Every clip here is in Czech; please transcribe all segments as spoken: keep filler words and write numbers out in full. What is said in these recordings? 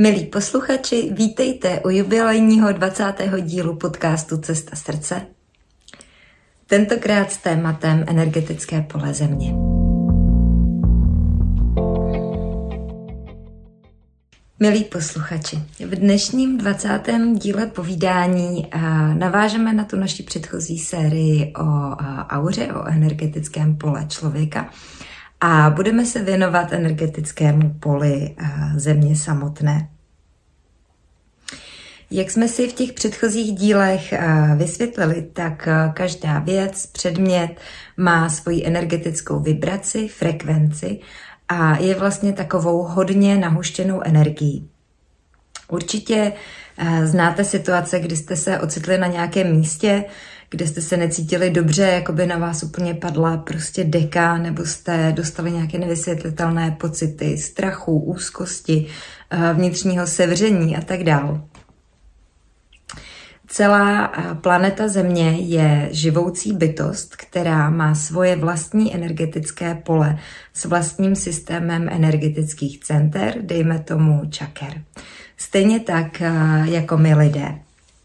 Milí posluchači, vítejte u jubilejního dvacátého dílu podcastu Cesta srdce. Tentokrát s tématem energetické pole Země. Milí posluchači, v dnešním dvacátém díle povídání navážeme na tu naši předchozí sérii o auře, o energetickém pole člověka a budeme se věnovat energetickému poli Země samotné. Jak jsme si v těch předchozích dílech vysvětlili, tak každá věc, předmět má svoji energetickou vibraci, frekvenci a je vlastně takovou hodně nahuštěnou energií. Určitě znáte situace, kdy jste se ocitli na nějakém místě, kde jste se necítili dobře, jako by na vás úplně padla prostě deka, nebo jste dostali nějaké nevysvětlitelné pocity strachu, úzkosti, vnitřního sevření a tak dále. Celá planeta Země je živoucí bytost, která má svoje vlastní energetické pole s vlastním systémem energetických center, dejme tomu čaker. Stejně tak jako my lidé.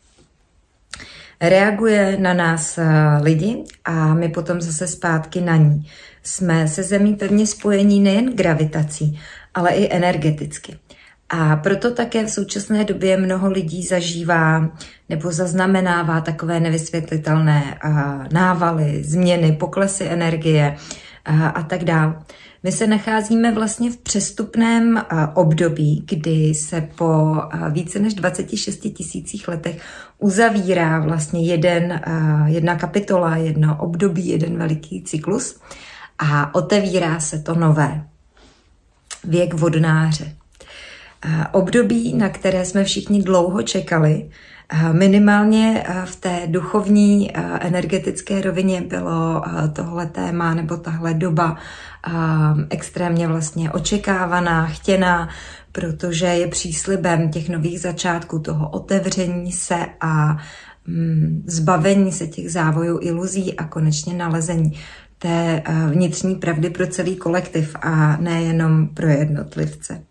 Reaguje na nás lidi a my potom zase zpátky na ní. Jsme se Zemí pevně spojení nejen gravitací, ale i energeticky. A proto také v současné době mnoho lidí zažívá nebo zaznamenává takové nevysvětlitelné návaly, změny, poklesy energie a tak dále. My se nacházíme vlastně v přestupném období, kdy se po více než dvaceti šesti tisících letech uzavírá vlastně jeden, jedna kapitola, jedno období, jeden veliký cyklus a otevírá se to nové. Věk vodnáře. Období, na které jsme všichni dlouho čekali, minimálně v té duchovní energetické rovině bylo tohle téma nebo tahle doba extrémně vlastně očekávaná, chtěná, protože je příslibem těch nových začátků, toho otevření se a zbavení se těch závojů iluzí a konečně nalezení té vnitřní pravdy pro celý kolektiv a nejenom pro jednotlivce.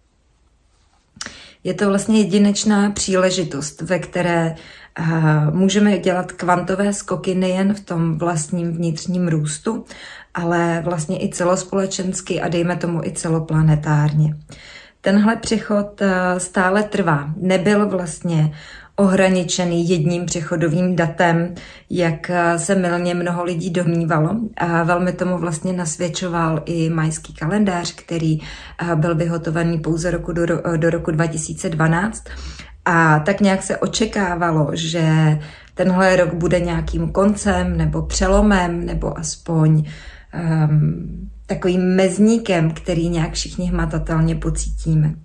Je to vlastně jedinečná příležitost, ve které uh, můžeme dělat kvantové skoky nejen v tom vlastním vnitřním růstu, ale vlastně i celospolečensky a dejme tomu i celoplanetárně. Tenhle přechod uh, stále trvá. Nebyl vlastně ohraničený jedním přechodovým datem, jak se mylně mnoho lidí domnívalo. A velmi tomu vlastně nasvědčoval i majský kalendář, který byl vyhotovený pouze roku do, do roku dva tisíce dvanáct. A tak nějak se očekávalo, že tenhle rok bude nějakým koncem nebo přelomem, nebo aspoň um, takovým mezníkem, který nějak všichni hmatatelně pocítíme.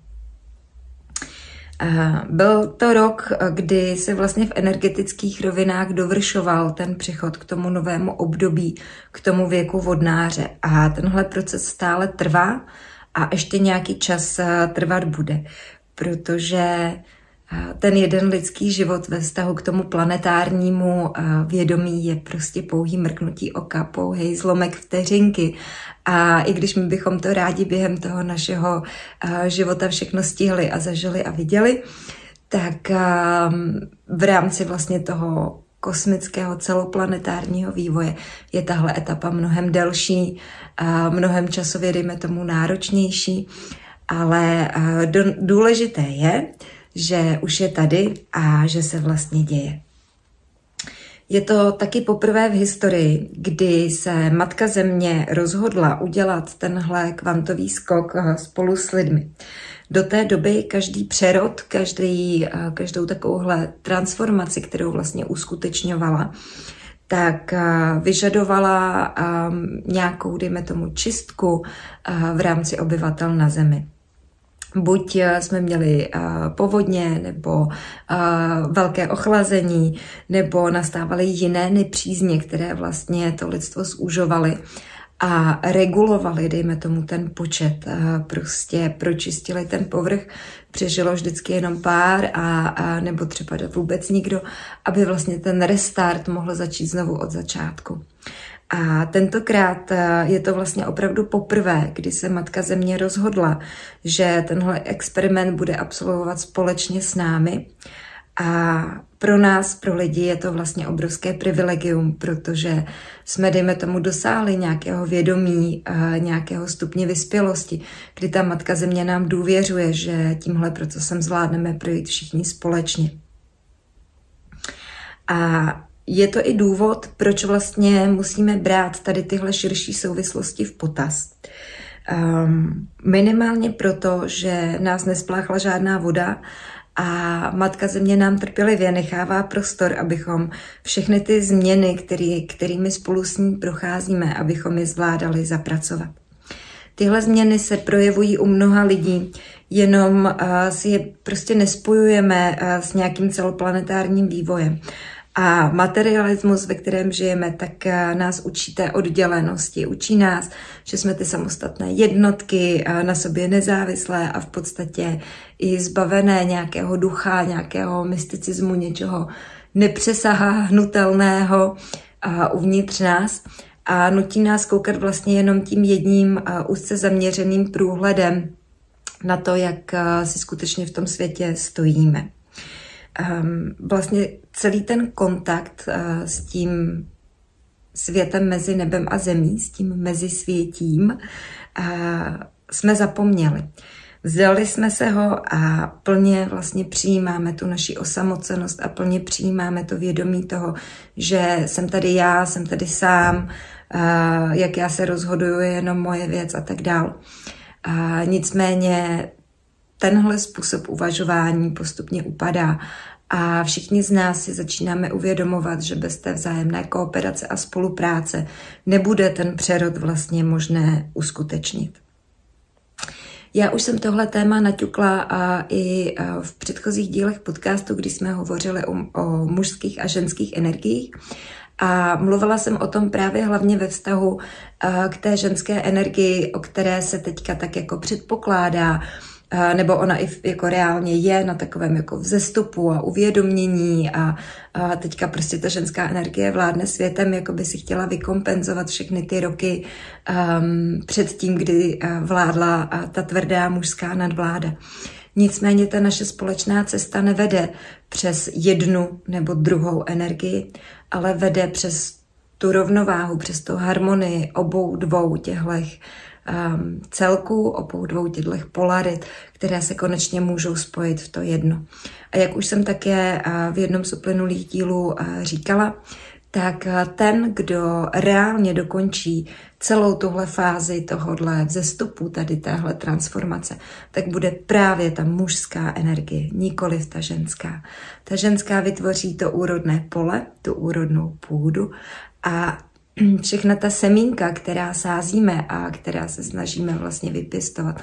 Byl to rok, kdy se vlastně v energetických rovinách dovršoval ten přechod k tomu novému období, k tomu věku vodnáře. A tenhle proces stále trvá a ještě nějaký čas trvat bude, protože ten jeden lidský život ve vztahu k tomu planetárnímu vědomí je prostě pouhý mrknutí oka, pouhý zlomek vteřinky. A i když my bychom to rádi během toho našeho života všechno stihli a zažili a viděli, tak v rámci vlastně toho kosmického celoplanetárního vývoje je tahle etapa mnohem delší, mnohem časově, dejme tomu, náročnější, ale důležité je, že už je tady a že se vlastně děje. Je to taky poprvé v historii, kdy se Matka Země rozhodla udělat tenhle kvantový skok spolu s lidmi. Do té doby každý přerod, každý, každou takovouhle transformaci, kterou vlastně uskutečňovala, tak vyžadovala nějakou, dejme tomu, čistku v rámci obyvatel na Zemi. Buď jsme měli povodně, nebo velké ochlazení, nebo nastávaly jiné nepřízně, které vlastně to lidstvo zúžovaly a regulovali, dejme tomu, ten počet. Prostě pročistili ten povrch, přežilo vždycky jenom pár a, a nebo třeba vůbec nikdo, aby vlastně ten restart mohl začít znovu od začátku. A tentokrát je to vlastně opravdu poprvé, kdy se Matka Země rozhodla, že tenhle experiment bude absolvovat společně s námi. A pro nás, pro lidi, je to vlastně obrovské privilegium, protože jsme, dejme tomu, dosáhli nějakého vědomí, nějakého stupně vyspělosti, kdy ta Matka Země nám důvěřuje, že tímhle procesem zvládneme projít všichni společně. A je to i důvod, proč vlastně musíme brát tady tyhle širší souvislosti v potaz. Um, minimálně proto, že nás nespláchla žádná voda a Matka Země nám trpělivě nechává prostor, abychom všechny ty změny, který, kterými spolu s ní procházíme, abychom je zvládali zapracovat. Tyhle změny se projevují u mnoha lidí, jenom uh, si je prostě nespojujeme uh, s nějakým celoplanetárním vývojem. A materialismus, ve kterém žijeme, tak nás učí té oddělenosti. Učí nás, že jsme ty samostatné jednotky, na sobě nezávislé a v podstatě i zbavené nějakého ducha, nějakého mysticismu, něčeho nepřesáhnutelného uvnitř nás. A nutí nás koukat vlastně jenom tím jedním úzce zaměřeným průhledem na to, jak si skutečně v tom světě stojíme. Um, vlastně celý ten kontakt uh, s tím světem mezi nebem a zemí, s tím mezisvětím, uh, jsme zapomněli. Vzdali jsme se ho a plně vlastně přijímáme tu naši osamocenost a plně přijímáme to vědomí toho, že jsem tady já, jsem tady sám, uh, jak já se rozhoduju, je jenom moje věc a tak dál. Uh, nicméně tenhle způsob uvažování postupně upadá a všichni z nás si začínáme uvědomovat, že bez té vzájemné kooperace a spolupráce nebude ten přerod vlastně možné uskutečnit. Já už jsem tohle téma naťukla a i v předchozích dílech podcastu, kdy jsme hovořili o, o mužských a ženských energiích. A mluvila jsem o tom právě hlavně ve vztahu k té ženské energii, o které se teďka tak jako předpokládá, nebo ona i jako reálně je na takovém jako vzestupu a uvědomění a, a teďka prostě ta ženská energie vládne světem, jako by si chtěla vykompenzovat všechny ty roky um, před tím, kdy vládla ta tvrdá mužská nadvláda. Nicméně ta naše společná cesta nevede přes jednu nebo druhou energii, ale vede přes tu rovnováhu, přes tu harmonii obou dvou těchto Um, celků, obou dvou těchto polarit, které se konečně můžou spojit v to jedno. A jak už jsem také uh, v jednom z uplynulých dílů uh, říkala, tak uh, ten, kdo reálně dokončí celou tuhle fázi tohodle vzestupu, tady téhle transformace, tak bude právě ta mužská energie, nikoliv ta ženská. Ta ženská vytvoří to úrodné pole, tu úrodnou půdu a všechna ta semínka, která sázíme a která se snažíme vlastně vypěstovat,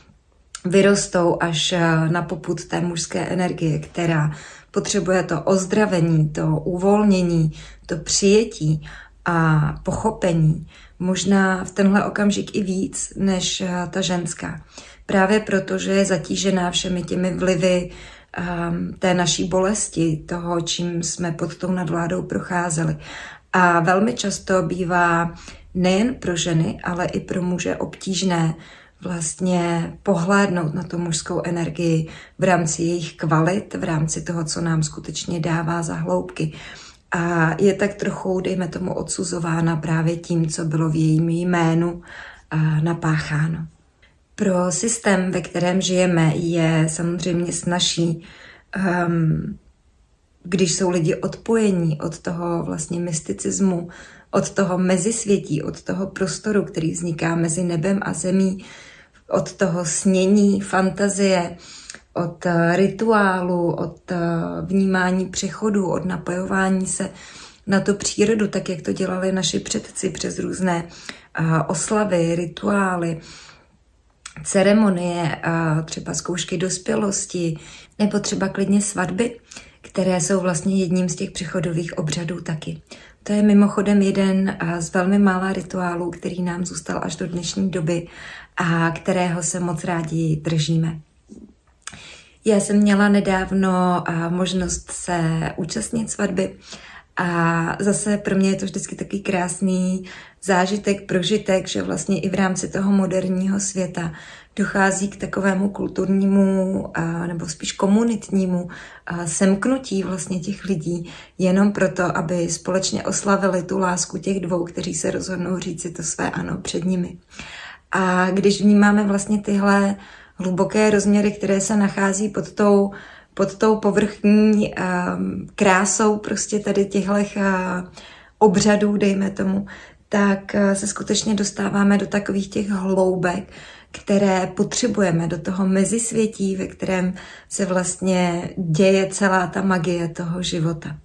vyrostou až na popud té mužské energie, která potřebuje to ozdravení, to uvolnění, to přijetí a pochopení. Možná v tenhle okamžik i víc než ta ženská. Právě proto, že je zatížená všemi těmi vlivy um, té naší bolesti, toho, čím jsme pod tou nadvládou procházeli. A velmi často bývá nejen pro ženy, ale i pro muže obtížné vlastně pohlédnout na tu mužskou energii v rámci jejich kvalit, v rámci toho, co nám skutečně dává za hloubky. A je tak trochu, dejme tomu, odsuzována právě tím, co bylo v jejím jménu napácháno. Pro systém, ve kterém žijeme, je samozřejmě snazší, um, když jsou lidi odpojení od toho vlastně mysticismu, od toho mezisvětí, od toho prostoru, který vzniká mezi nebem a zemí, od toho snění, fantazie, od rituálu, od vnímání přechodu, od napojování se na tu přírodu, tak jak to dělali naši předci přes různé oslavy, rituály, ceremonie, třeba zkoušky dospělosti, nebo třeba klidně svatby, které jsou vlastně jedním z těch přechodových obřadů taky. To je mimochodem jeden z velmi mála rituálů, který nám zůstal až do dnešní doby a kterého se moc rádi držíme. Já jsem měla nedávno možnost se účastnit svatby A zase pro mě je to vždycky takový krásný zážitek, prožitek, že vlastně i v rámci toho moderního světa dochází k takovému kulturnímu nebo spíš komunitnímu semknutí vlastně těch lidí jenom proto, aby společně oslavili tu lásku těch dvou, kteří se rozhodnou říct si to své ano před nimi. A když vnímáme vlastně tyhle hluboké rozměry, které se nachází pod tou, pod tou povrchní um, krásou prostě tady těchto uh, obřadů, dejme tomu, tak uh, se skutečně dostáváme do takových těch hloubek, které potřebujeme, do toho mezisvětí, ve kterém se vlastně děje celá ta magie toho života.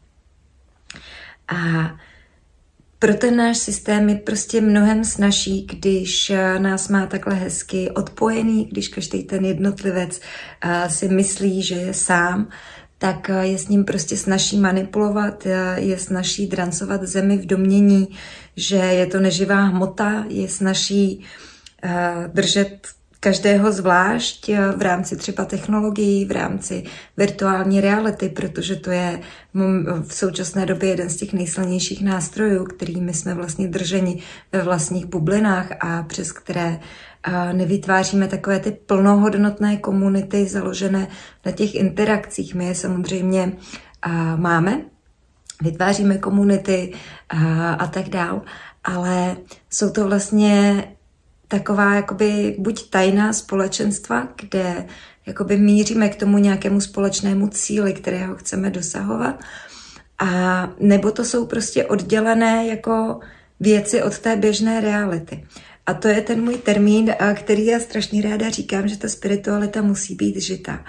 A pro ten náš systém je prostě mnohem snazší, když nás má takhle hezky odpojený, když každý ten jednotlivec si myslí, že je sám, tak je s ním prostě snazší manipulovat, je snazší drancovat zemi v domnění, že je to neživá hmota, je snazší držet každého zvlášť v rámci třeba technologií, v rámci virtuální reality, protože to je v současné době jeden z těch nejsilnějších nástrojů, kterými jsme vlastně drženi ve vlastních bublinách a přes které nevytváříme takové ty plnohodnotné komunity založené na těch interakcích. My je samozřejmě máme, vytváříme komunity a tak dál, ale jsou to vlastně taková jakoby buď tajná společenstva, kde jakoby míříme k tomu nějakému společnému cíli, kterého chceme dosahovat, a nebo to jsou prostě oddělené jako věci od té běžné reality. A to je ten můj termín, který já strašně ráda říkám, že ta spiritualita musí být žitá.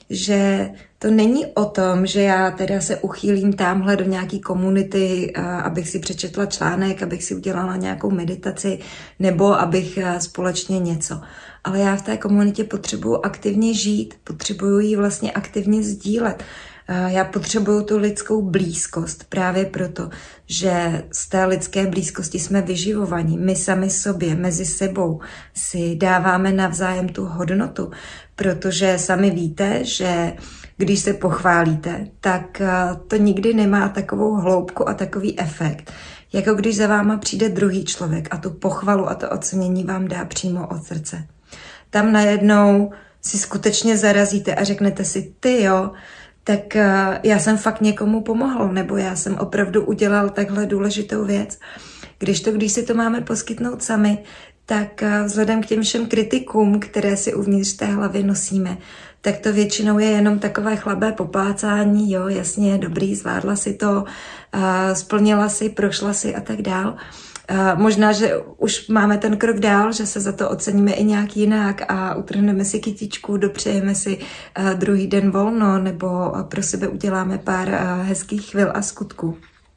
Že to není o tom, že já teda se uchýlím tamhle do nějaký komunity, abych si přečetla článek, abych si udělala nějakou meditaci, nebo abych společně něco. Ale já v té komunitě potřebuji aktivně žít, potřebuji ji vlastně aktivně sdílet. Já potřebuju tu lidskou blízkost právě proto, že z té lidské blízkosti jsme vyživovaní. My sami sobě, mezi sebou si dáváme navzájem tu hodnotu, protože sami víte, že když se pochválíte, tak to nikdy nemá takovou hloubku a takový efekt, jako když za váma přijde druhý člověk a tu pochvalu a to ocenění vám dá přímo od srdce. Tam najednou si skutečně zarazíte a řeknete si, ty jo, tak já jsem fakt někomu pomohl, nebo já jsem opravdu udělal takhle důležitou věc. Když to, když si to máme poskytnout sami, tak vzhledem k těm všem kritikům, které si uvnitř té hlavy nosíme, tak to většinou je jenom takové chlapé poplácání, jo, jasně, dobrý, zvládla si to, splnila si, prošla si a tak dál. Možná, že už máme ten krok dál, že se za to oceníme i nějak jinak a utrhneme si kytičku, dopřejeme si druhý den volno nebo pro sebe uděláme pár hezkých chvil a skutků.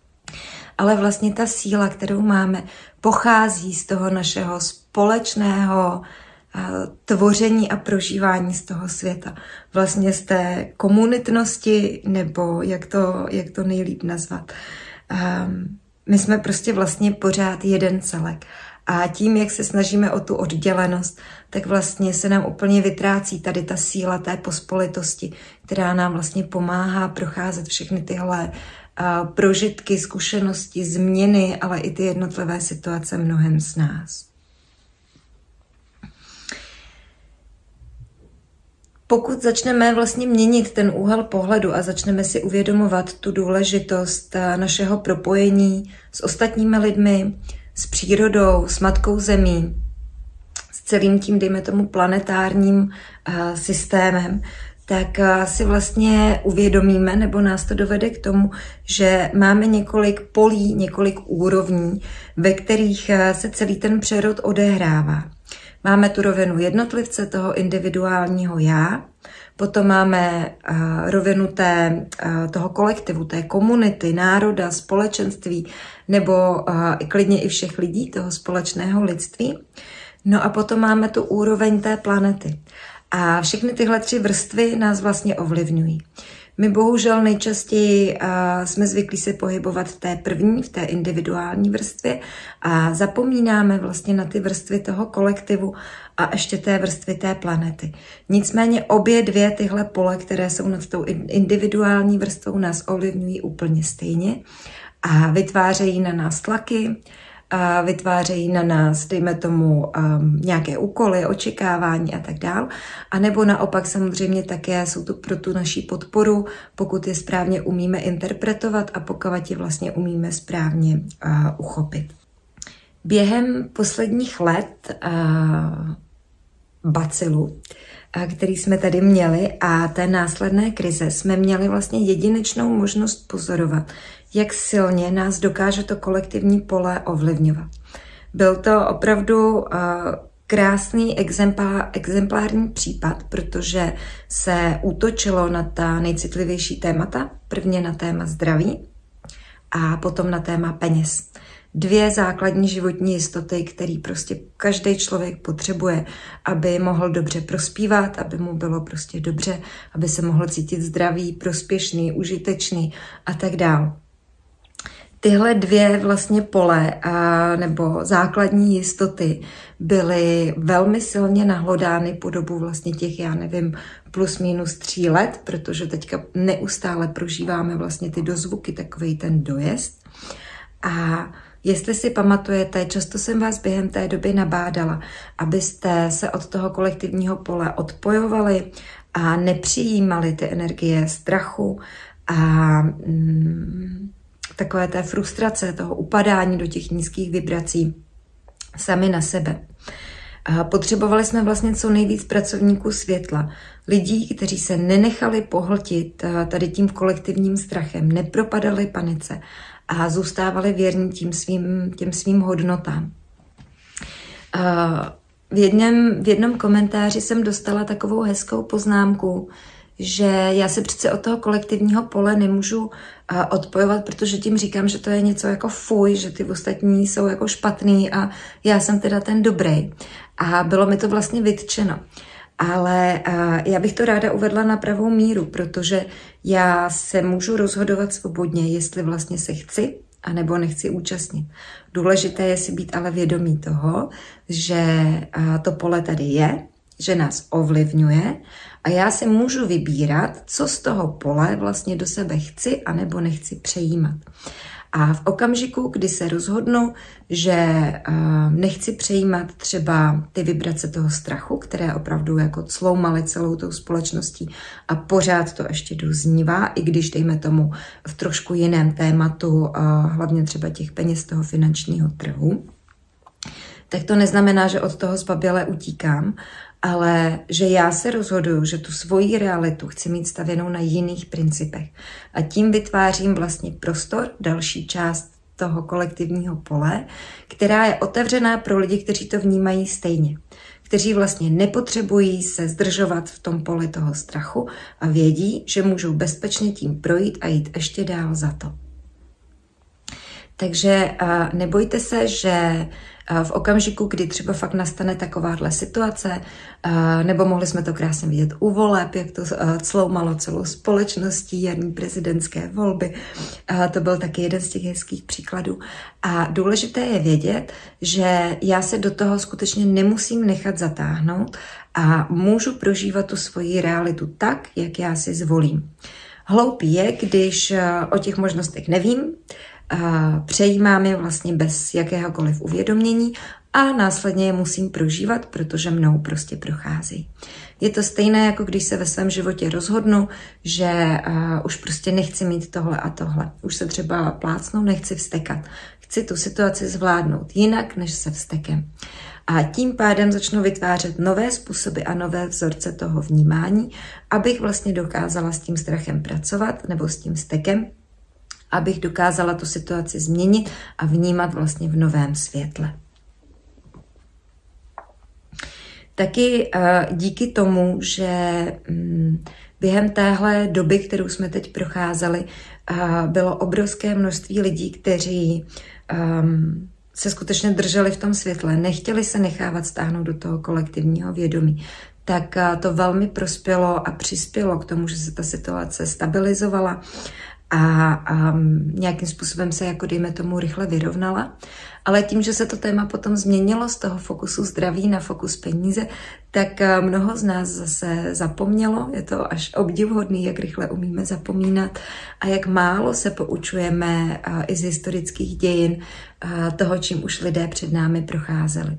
Ale vlastně ta síla, kterou máme, pochází z toho našeho společného tvoření a prožívání z toho světa. Vlastně z té komunitnosti, nebo jak to, jak to nejlíp nazvat. Um, My jsme prostě vlastně pořád jeden celek. A tím, jak se snažíme o tu oddělenost, tak vlastně se nám úplně vytrácí tady ta síla té pospolitosti, která nám vlastně pomáhá procházet všechny tyhle uh, prožitky, zkušenosti, změny, ale i ty jednotlivé situace mnohem z nás. Pokud začneme vlastně měnit ten úhel pohledu a začneme si uvědomovat tu důležitost našeho propojení s ostatními lidmi, s přírodou, s matkou zemí, s celým tím, dejme tomu, planetárním systémem, tak si vlastně uvědomíme, nebo nás to dovede k tomu, že máme několik polí, několik úrovní, ve kterých se celý ten přerod odehrává. Máme tu rovinu jednotlivce, toho individuálního já, potom máme uh, rovinu té, uh, toho kolektivu, té komunity, národa, společenství, nebo uh, klidně i všech lidí, toho společného lidství. No a potom máme tu úroveň té planety. A všechny tyhle tři vrstvy nás vlastně ovlivňují. My bohužel nejčastěji uh, jsme zvyklí se pohybovat v té první, v té individuální vrstvě a zapomínáme vlastně na ty vrstvy toho kolektivu a ještě té vrstvy té planety. Nicméně obě dvě tyhle pole, které jsou nad tou individuální vrstvou, nás ovlivňují úplně stejně a vytvářejí na nás tlaky, a vytvářejí na nás, dejme tomu, um, nějaké úkoly, očekávání a tak dál. A nebo naopak samozřejmě také jsou to pro tu naši podporu, pokud je správně umíme interpretovat a pokud je vlastně umíme správně uh, uchopit. Během posledních let uh, bacilu, který jsme tady měli, a té následné krize, jsme měli vlastně jedinečnou možnost pozorovat, jak silně nás dokáže to kolektivní pole ovlivňovat. Byl to opravdu uh, krásný exemplár, exemplární případ, protože se útočilo na ta nejcitlivější témata, prvně na téma zdraví a potom na téma peněz. Dvě základní životní jistoty, které prostě každý člověk potřebuje, aby mohl dobře prospívat, aby mu bylo prostě dobře, aby se mohl cítit zdravý, prospěšný, užitečný a tak dál. Tyhle dvě vlastně pole a, nebo základní jistoty byly velmi silně nahlodány po dobu vlastně těch, já nevím, plus minus tří let, protože teďka neustále prožíváme vlastně ty dozvuky, takovej ten dojezd. A jestli si pamatujete, často jsem vás během té doby nabádala, abyste se od toho kolektivního pole odpojovali a nepřijímali ty energie strachu a mm, takové té frustrace, toho upadání do těch nízkých vibrací sami na sebe. A potřebovali jsme vlastně co nejvíc pracovníků světla, lidí, kteří se nenechali pohltit tady tím kolektivním strachem, nepropadali panice a zůstávali věrní tím svým, těm svým hodnotám. V jednom, v jednom komentáři jsem dostala takovou hezkou poznámku, že já se přece od toho kolektivního pole nemůžu odpojovat, protože tím říkám, že to je něco jako fuj, že ty ostatní jsou jako špatný a já jsem teda ten dobrý. A bylo mi to vlastně vytčeno. Ale já bych to ráda uvedla na pravou míru, protože já se můžu rozhodovat svobodně, jestli vlastně se chci anebo nechci účastnit. Důležité je si být ale vědomí toho, že to pole tady je, že nás ovlivňuje a já si můžu vybírat, co z toho pole vlastně do sebe chci anebo nechci přejímat. A v okamžiku, kdy se rozhodnu, že uh, nechci přejímat třeba ty vibrace toho strachu, které opravdu jako cloumaly celou tou společností a pořád to ještě doznívá, i když dejme tomu v trošku jiném tématu, uh, hlavně třeba těch peněz toho finančního trhu, tak to neznamená, že od toho zbaběle utíkám, ale že já se rozhoduju, že tu svoji realitu chci mít stavěnou na jiných principech. A tím vytvářím vlastně prostor, další část toho kolektivního pole, která je otevřená pro lidi, kteří to vnímají stejně. Kteří vlastně nepotřebují se zdržovat v tom poli toho strachu a vědí, že můžou bezpečně tím projít a jít ještě dál za to. Takže nebojte se, že v okamžiku, kdy třeba fakt nastane takováhle situace, nebo mohli jsme to krásně vidět u voleb, jak to cloumalo celou společností, jarní prezidentské volby, to byl taky jeden z těch hezkých příkladů. A důležité je vědět, že já se do toho skutečně nemusím nechat zatáhnout a můžu prožívat tu svoji realitu tak, jak já si zvolím. Hloupý je, když o těch možnostech nevím, přejímám je vlastně bez jakéhokoliv uvědomění a následně je musím prožívat, protože mnou prostě prochází. Je to stejné, jako když se ve svém životě rozhodnu, že uh, už prostě nechci mít tohle a tohle. Už se třeba plácnu, nechci vztekat. Chci tu situaci zvládnout jinak, než se vztekem. A tím pádem začnu vytvářet nové způsoby a nové vzorce toho vnímání, abych vlastně dokázala s tím strachem pracovat nebo s tím vztekem, abych dokázala tu situaci změnit a vnímat vlastně v novém světle. Taky díky tomu, že během téhle doby, kterou jsme teď procházeli, bylo obrovské množství lidí, kteří se skutečně drželi v tom světle, nechtěli se nechávat stáhnout do toho kolektivního vědomí, tak to velmi prospělo a přispělo k tomu, že se ta situace stabilizovala a, a nějakým způsobem se jako dejme tomu rychle vyrovnala. Ale tím, že se to téma potom změnilo z toho fokusu zdraví na fokus peníze, tak mnoho z nás zase zapomnělo. Je to až obdivuhodný, jak rychle umíme zapomínat a jak málo se poučujeme i z historických dějin toho, čím už lidé před námi procházeli.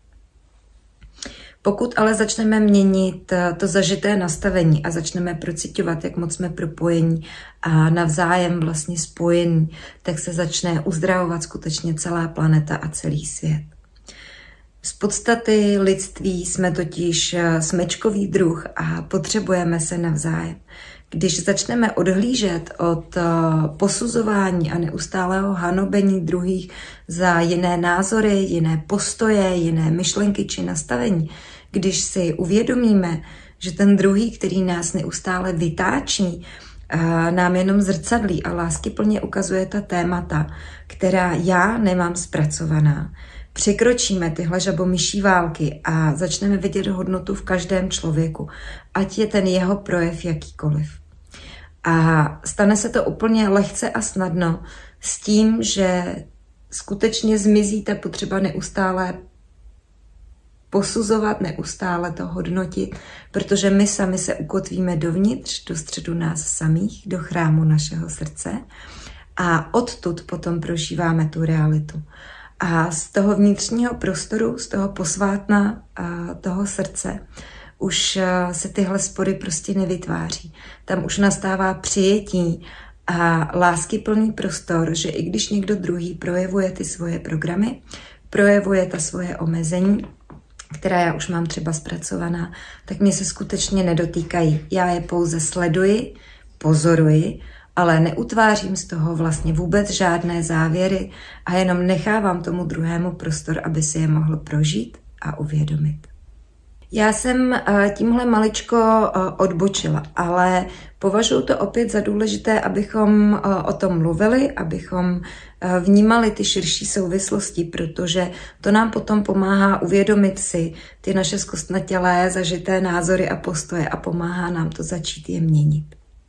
Pokud ale začneme měnit to zažité nastavení a začneme procitovat, jak moc jsme propojení a navzájem vlastně spojení, tak se začne uzdravovat skutečně celá planeta a celý svět. Z podstaty lidství jsme totiž smečkový druh a potřebujeme se navzájem. Když začneme odhlížet od posuzování a neustálého hanobení druhých za jiné názory, jiné postoje, jiné myšlenky či nastavení, když si uvědomíme, že ten druhý, který nás neustále vytáčí, nám jenom zrcadlí a láskyplně ukazuje ta témata, která já nemám zpracovaná, překročíme tyhle žabomyší války a začneme vidět hodnotu v každém člověku, ať je ten jeho projev jakýkoliv. A stane se to úplně lehce a snadno s tím, že skutečně zmizí ta potřeba neustále posuzovat, neustále to hodnotit, protože my sami se ukotvíme dovnitř, do středu nás samých, do chrámu našeho srdce a odtud potom prožíváme tu realitu. A z toho vnitřního prostoru, z toho posvátna toho srdce už se tyhle spory prostě nevytváří. Tam už nastává přijetí a láskyplný prostor, že i když někdo druhý projevuje ty svoje programy, projevuje ta svoje omezení, která já už mám třeba zpracovaná, tak mě se skutečně nedotýkají. Já je pouze sleduji, pozoruji, ale neutvářím z toho vlastně vůbec žádné závěry a jenom nechávám tomu druhému prostor, aby si je mohl prožít a uvědomit. Já jsem tímhle maličko odbočila, ale považuji to opět za důležité, abychom o tom mluvili, abychom vnímali ty širší souvislosti, protože to nám potom pomáhá uvědomit si ty naše zkostnatělé zažité názory a postoje a pomáhá nám to začít je měnit.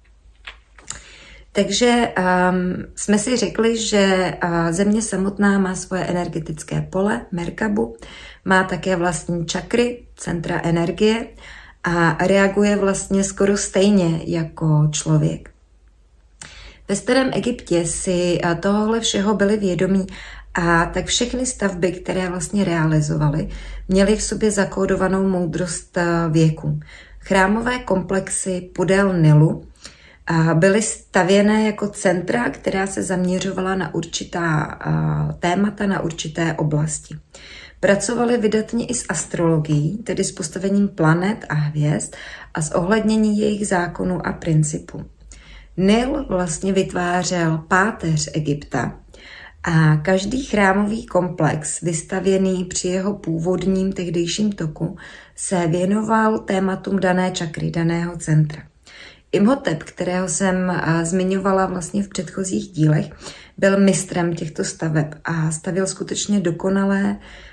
Takže um, jsme si řekli, že uh, Země samotná má svoje energetické pole, Merkabu, má také vlastní čakry, centra energie a reaguje vlastně skoro stejně jako člověk. Ve starém Egyptě si uh, tohohle všeho byli vědomí a tak všechny stavby, které vlastně realizovali, měly v sobě zakódovanou moudrost uh, věku. Chrámové komplexy podél Nilu byly stavěné jako centra, která se zaměřovala na určitá témata, na určité oblasti. Pracovali vydatně i s astrologií, tedy s postavením planet a hvězd a s ohlednění jejich zákonů a principů. Nil vlastně vytvářel páteř Egypta a každý chrámový komplex vystavěný při jeho původním tehdejším toku se věnoval tématům dané čakry, daného centra. Imhotep, kterého jsem zmiňovala vlastně v předchozích dílech, byl mistrem těchto staveb a stavěl skutečně dokonalé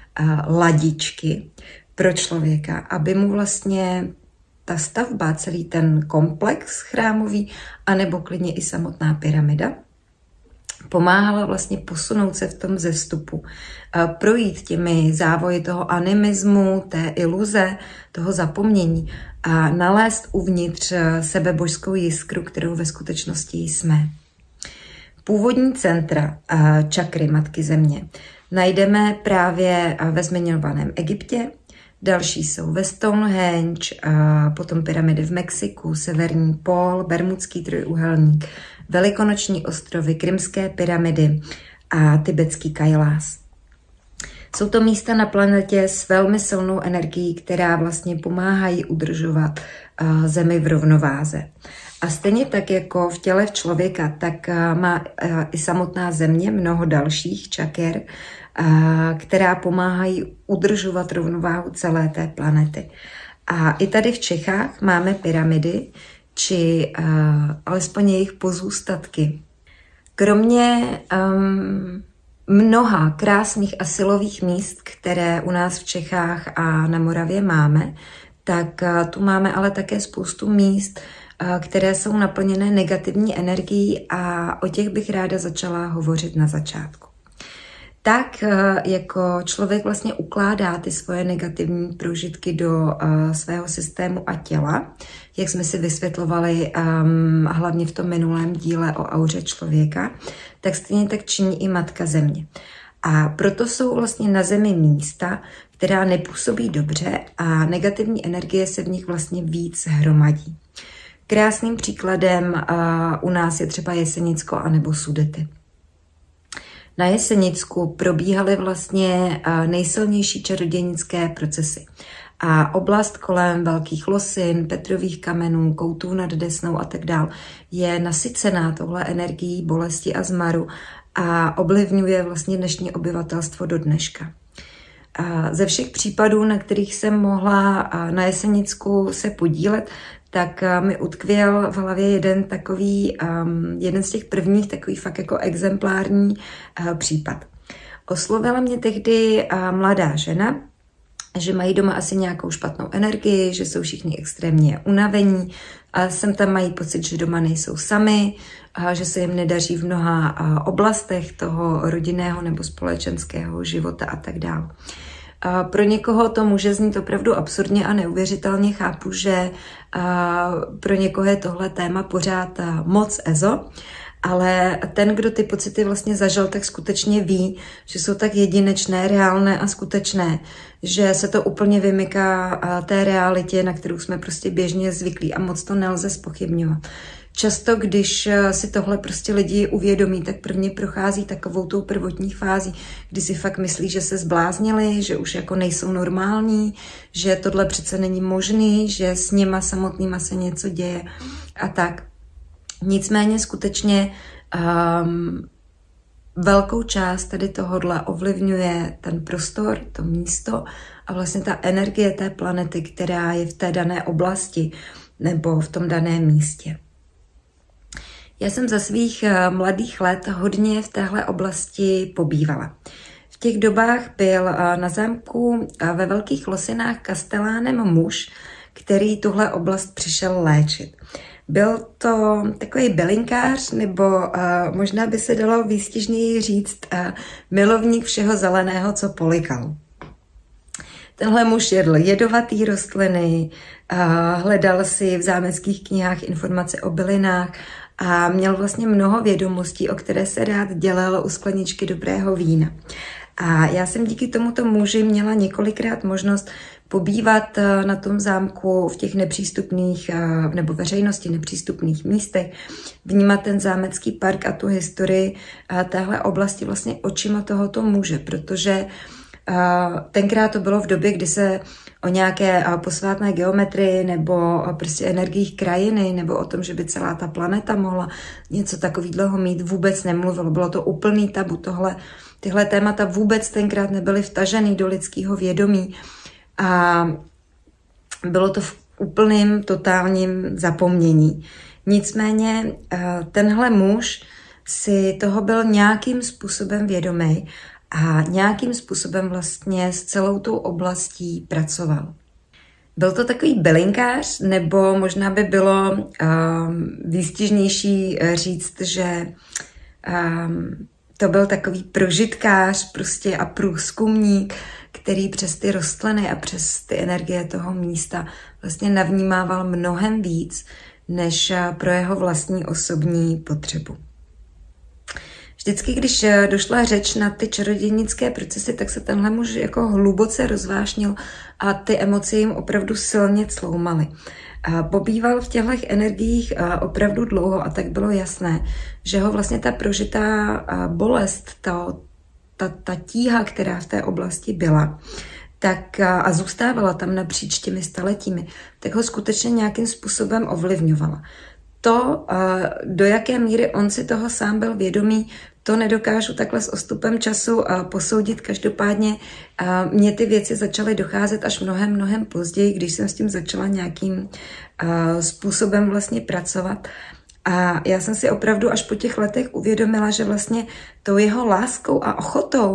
ladičky pro člověka, aby mu vlastně ta stavba, celý ten komplex chrámový, anebo klidně i samotná pyramida, pomáhala vlastně posunout se v tom zestupu, projít těmi závoji toho animismu, té iluze, toho zapomnění a nalézt uvnitř sebe božskou jiskru, kterou ve skutečnosti jsme. Původní centra čakry Matky Země najdeme právě ve zmiňovaném Egyptě, další jsou ve Stonehenge, potom pyramidy v Mexiku, severní pól, Bermudský trojúhelník, Velikonoční ostrovy, Krymské pyramidy a tibetský Kajlás. Jsou to místa na planetě s velmi silnou energií, která vlastně pomáhají udržovat uh, Zemi v rovnováze. A stejně tak jako v těle v člověka, tak uh, má uh, i samotná Země mnoho dalších čaker, uh, která pomáhají udržovat rovnováhu celé té planety. A i tady v Čechách máme pyramidy, či uh, alespoň jejich pozůstatky. Kromě um, mnoha krásných a silových míst, které u nás v Čechách a na Moravě máme, tak uh, tu máme ale také spoustu míst, které jsou naplněné negativní energií a o těch bych ráda začala hovořit na začátku. Tak jako člověk vlastně ukládá ty svoje negativní prožitky do svého systému a těla, jak jsme si vysvětlovali um, hlavně v tom minulém díle o auře člověka, tak stejně tak činí i Matka Země. A proto jsou vlastně na Zemi místa, která nepůsobí dobře a negativní energie se v nich vlastně víc hromadí. Krásným příkladem uh, u nás je třeba Jesenicko anebo Sudety. Na Jesenicku probíhaly vlastně uh, nejsilnější čarodějnické procesy. A oblast kolem Velkých Losin, Petrových kamenů, Koutů nad Desnou a tak dál je nasycená touhle energií bolesti a zmaru a ovlivňuje vlastně dnešní obyvatelstvo do dneška. A ze všech případů, na kterých jsem mohla na Jesenicku se podílet, tak mi utkvěl v hlavě jeden takový, um, jeden z těch prvních takový fakt jako exemplární uh, případ. Oslovila mě tehdy uh, mladá žena, že mají doma asi nějakou špatnou energii, že jsou všichni extrémně unavení a sem tam mají pocit, že doma nejsou sami, a že se jim nedaří v mnoha oblastech toho rodinného nebo společenského života a tak dále. Pro někoho to může znít opravdu absurdně a neuvěřitelně, chápu, že pro někoho je tohle téma pořád moc ezo, ale ten, kdo ty pocity vlastně zažil, tak skutečně ví, že jsou tak jedinečné, reálné a skutečné, že se to úplně vymyká té realitě, na kterou jsme prostě běžně zvyklí a moc to nelze zpochybňovat. Často, když si tohle prostě lidi uvědomí, tak prvně prochází takovou tou prvotní fází, kdy si fakt myslí, že se zbláznili, že už jako nejsou normální, že tohle přece není možný, že s nima samotnýma se něco děje a tak. Nicméně skutečně um, velkou část tady tohodle ovlivňuje ten prostor, to místo a vlastně ta energie té planety, která je v té dané oblasti nebo v tom daném místě. Já jsem za svých uh, mladých let hodně v téhle oblasti pobývala. V těch dobách byl uh, na zámku uh, ve Velkých Losinách kastelánem muž, který tuhle oblast přišel léčit. Byl to takový bylinkář, nebo uh, možná by se dalo výstižněji říct uh, milovník všeho zeleného, co polikal. Tenhle muž jedl jedovatý rostliny, uh, hledal si v zámeckých knihách informace o bylinách a měl vlastně mnoho vědomostí, o které se rád dělal u skleničky dobrého vína. A já jsem díky tomuto muži měla několikrát možnost pobývat na tom zámku v těch nepřístupných nebo veřejnosti nepřístupných místech, vnímat ten zámecký park a tu historii téhle oblasti vlastně očima tohoto muže, protože tenkrát to bylo v době, kdy se o nějaké posvátné geometrii nebo prostě energiích krajiny nebo o tom, že by celá ta planeta mohla něco takového mít, vůbec nemluvilo. Bylo to úplný tabu. Tohle, tyhle témata vůbec tenkrát nebyly vtažený do lidského vědomí a bylo to v úplným totálním zapomnění. Nicméně tenhle muž si toho byl nějakým způsobem vědomý a nějakým způsobem vlastně s celou tou oblastí pracoval. Byl to takový bylinkář, nebo možná by bylo um, výstižnější říct, že um, to byl takový prožitkář prostě a průzkumník, který přes ty rostliny a přes ty energie toho místa vlastně navnímával mnohem víc, než pro jeho vlastní osobní potřebu. Vždycky, když došla řeč na ty čarodějnické procesy, tak se tenhle muž jako hluboce rozvášnil a ty emoce jim opravdu silně cloumaly. Pobýval v těchto energiích opravdu dlouho a tak bylo jasné, že ho vlastně ta prožitá bolest, ta, ta, ta tíha, která v té oblasti byla, tak a zůstávala tam napříč těmi staletími, tak ho skutečně nějakým způsobem ovlivňovala. To, do jaké míry on si toho sám byl vědomý, to nedokážu takhle s odstupem času posoudit. Každopádně mě ty věci začaly docházet až mnohem, mnohem později, když jsem s tím začala nějakým způsobem vlastně pracovat. A já jsem si opravdu až po těch letech uvědomila, že vlastně tou jeho láskou a ochotou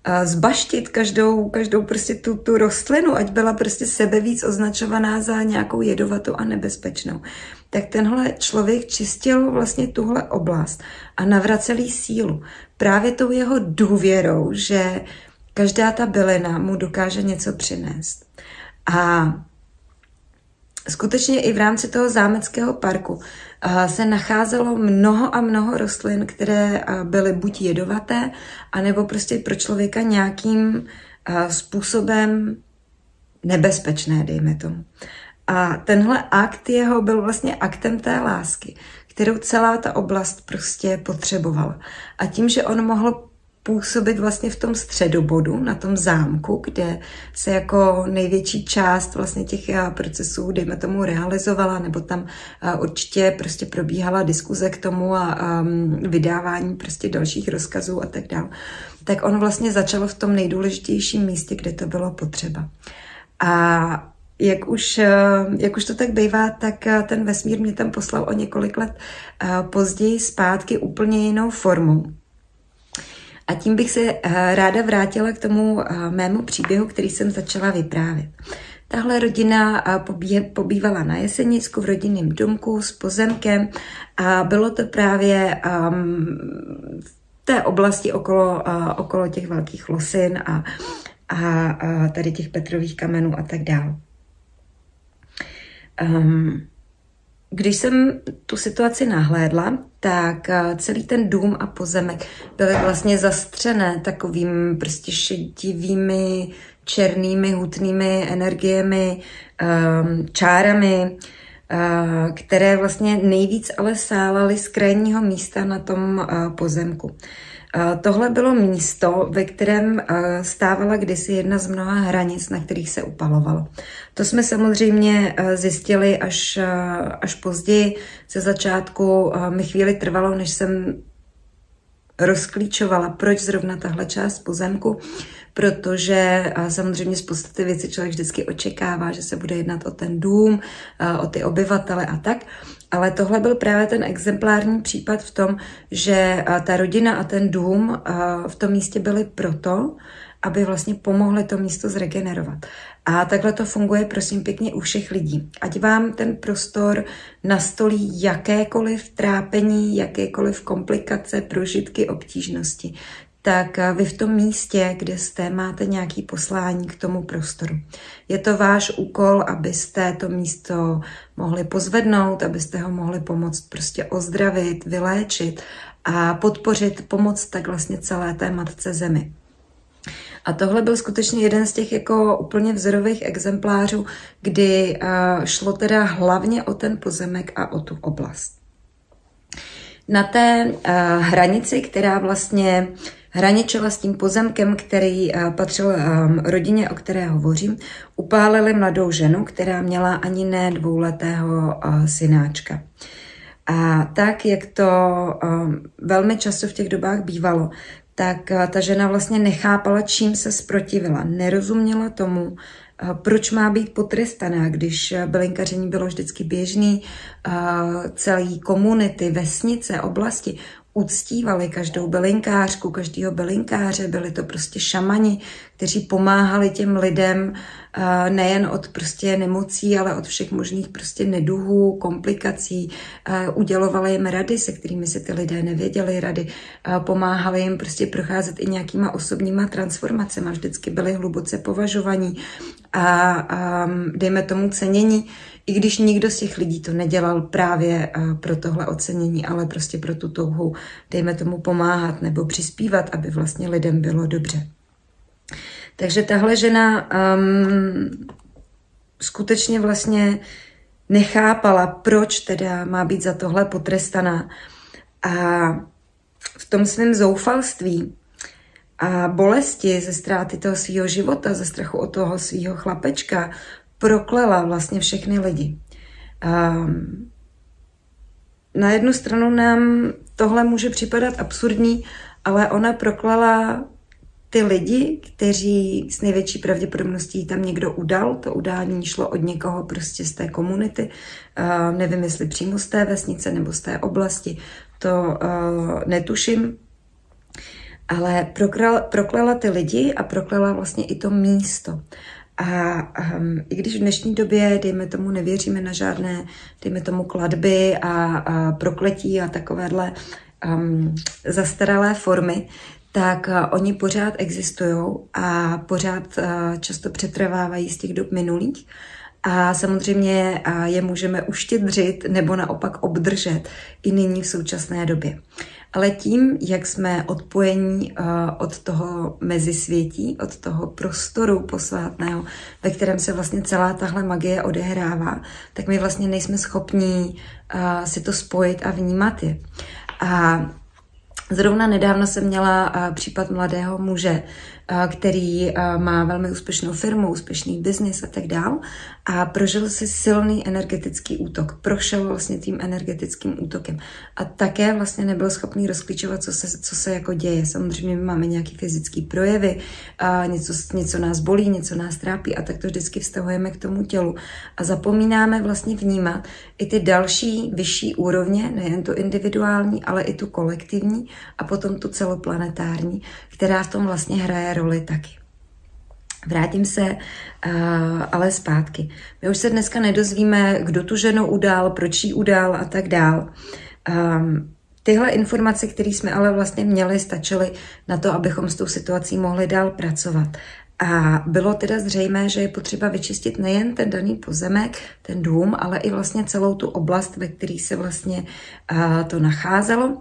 zbaštit každou, každou prostě tu, tu rostlinu, ať byla prostě sebevíc označovaná za nějakou jedovatou a nebezpečnou. Tak tenhle člověk čistil vlastně tuhle oblast a navracel jí sílu. Právě tou jeho důvěrou, že každá ta bylina mu dokáže něco přinést. A skutečně i v rámci toho zámeckého parku se nacházelo mnoho a mnoho rostlin, které byly buď jedovaté, anebo prostě pro člověka nějakým způsobem nebezpečné, dejme tomu. A tenhle akt jeho byl vlastně aktem té lásky, kterou celá ta oblast prostě potřebovala. A tím, že on mohl působit vlastně v tom středobodu, na tom zámku, kde se jako největší část vlastně těch procesů, dejme tomu, realizovala, nebo tam určitě prostě probíhala diskuze k tomu a um, vydávání prostě dalších rozkazů a tak dále. Tak on vlastně začal v tom nejdůležitějším místě, kde to bylo potřeba. A jak už, jak už to tak bývá, tak ten vesmír mě tam poslal o několik let později zpátky úplně jinou formou. A tím bych se ráda vrátila k tomu mému příběhu, který jsem začala vyprávět. Tahle rodina pobývala na Jesenicku v rodinném domku s pozemkem a bylo to právě v té oblasti okolo, okolo těch velkých losin a, a tady těch Petrových kamenů a tak dále. Um, Když jsem tu situaci nahlédla, tak celý ten dům a pozemek byly vlastně zastřené takovým prostě šedivými, černými, hutnými energiemi, čárami, které vlastně nejvíc ale sálaly z krajního místa na tom pozemku. Tohle bylo místo, ve kterém stávala kdysi jedna z mnoha hranic, na kterých se upalovalo. To jsme samozřejmě zjistili až, až později. Ze začátku mi chvíli trvalo, než jsem rozklíčovala, proč zrovna tahle část pozemku, protože samozřejmě z podstaty věci člověk vždycky očekává, že se bude jednat o ten dům, o ty obyvatele a tak. Ale tohle byl právě ten exemplární případ v tom, že ta rodina a ten dům v tom místě byly proto, aby vlastně pomohli to místo zregenerovat. A takhle to funguje, prosím pěkně, u všech lidí. Ať vám ten prostor nastolí jakékoliv trápení, jakékoliv komplikace, prožitky, obtížnosti, tak vy v tom místě, kde jste, máte nějaké poslání k tomu prostoru. Je to váš úkol, abyste to místo mohli pozvednout, abyste ho mohli pomoct prostě ozdravit, vyléčit a podpořit, pomoct tak vlastně celé té matce zemi. A tohle byl skutečně jeden z těch jako úplně vzorových exemplářů, kdy šlo teda hlavně o ten pozemek a o tu oblast. Na té hranici, která vlastně hraničila s tím pozemkem, který patřil rodině, o které hovořím, upálili mladou ženu, která měla ani ne dvouletého synáčka. A tak, jak to velmi často v těch dobách bývalo, tak ta žena vlastně nechápala, čím se zprotivila. Nerozuměla tomu, proč má být potrestaná, když bylinkaření bylo vždycky běžný, celý komunity, vesnice, oblasti uctívali každou bylinkářku, každého bylinkáře, byli to prostě šamani, kteří pomáhali těm lidem nejen od prostě nemocí, ale od všech možných prostě neduhů, komplikací, udělovali jim rady, se kterými si ty lidé nevěděli rady, pomáhali jim prostě procházet i nějakýma osobníma transformacemi, vždycky byli hluboce považovaní a, a dejme tomu cenění, i když nikdo z těch lidí to nedělal právě pro tohle ocenění, ale prostě pro tu touhu, dejme tomu, pomáhat nebo přispívat, aby vlastně lidem bylo dobře. Takže tahle žena um, skutečně vlastně nechápala, proč teda má být za tohle potrestaná. A v tom svém zoufalství a bolesti ze ztráty toho svého života, ze strachu od toho svého chlapečka, proklela vlastně všechny lidi. Um, na jednu stranu nám tohle může připadat absurdní, ale ona proklela ty lidi, kteří s největší pravděpodobností tam někdo udal, to udání šlo od někoho prostě z té komunity, uh, nevím, jestli přímo z té vesnice nebo z té oblasti, to uh, netuším, ale proklela, proklela ty lidi a proklela vlastně i to místo. A um, i když v dnešní době, dejme tomu, nevěříme na žádné, dejme tomu, klatby a, a prokletí a takovéhle um, zastaralé formy, tak uh, oni pořád existují a pořád uh, často přetrvávají z těch dob minulých. A samozřejmě uh, je můžeme uštědřit nebo naopak obdržet i nyní v současné době. Ale tím, jak jsme odpojení uh, od toho mezisvětí, od toho prostoru posvátného, ve kterém se vlastně celá tahle magie odehrává, tak my vlastně nejsme schopní uh, si to spojit a vnímat je. A zrovna nedávno jsem měla uh, případ mladého muže, uh, který uh, má velmi úspěšnou firmu, úspěšný biznis a tak dál a prožil si silný energetický útok. Prošel vlastně tím energetickým útokem a také vlastně nebyl schopný rozklíčovat, co se, co se jako děje. Samozřejmě my máme nějaké fyzické projevy, uh, něco, něco nás bolí, něco nás trápí a tak to vždycky vztahujeme k tomu tělu a zapomínáme vlastně vnímat i ty další vyšší úrovně, nejen tu individuální, ale i tu kolektivní a potom tu celoplanetární, která v tom vlastně hraje roli taky. Vrátím se uh, ale zpátky. My už se dneska nedozvíme, kdo tu ženu udal, proč ji udal a tak dál. Um, tyhle informace, které jsme ale vlastně měli, stačily na to, abychom s tou situací mohli dál pracovat. A bylo teda zřejmé, že je potřeba vyčistit nejen ten daný pozemek, ten dům, ale i vlastně celou tu oblast, ve které se vlastně uh, to nacházelo.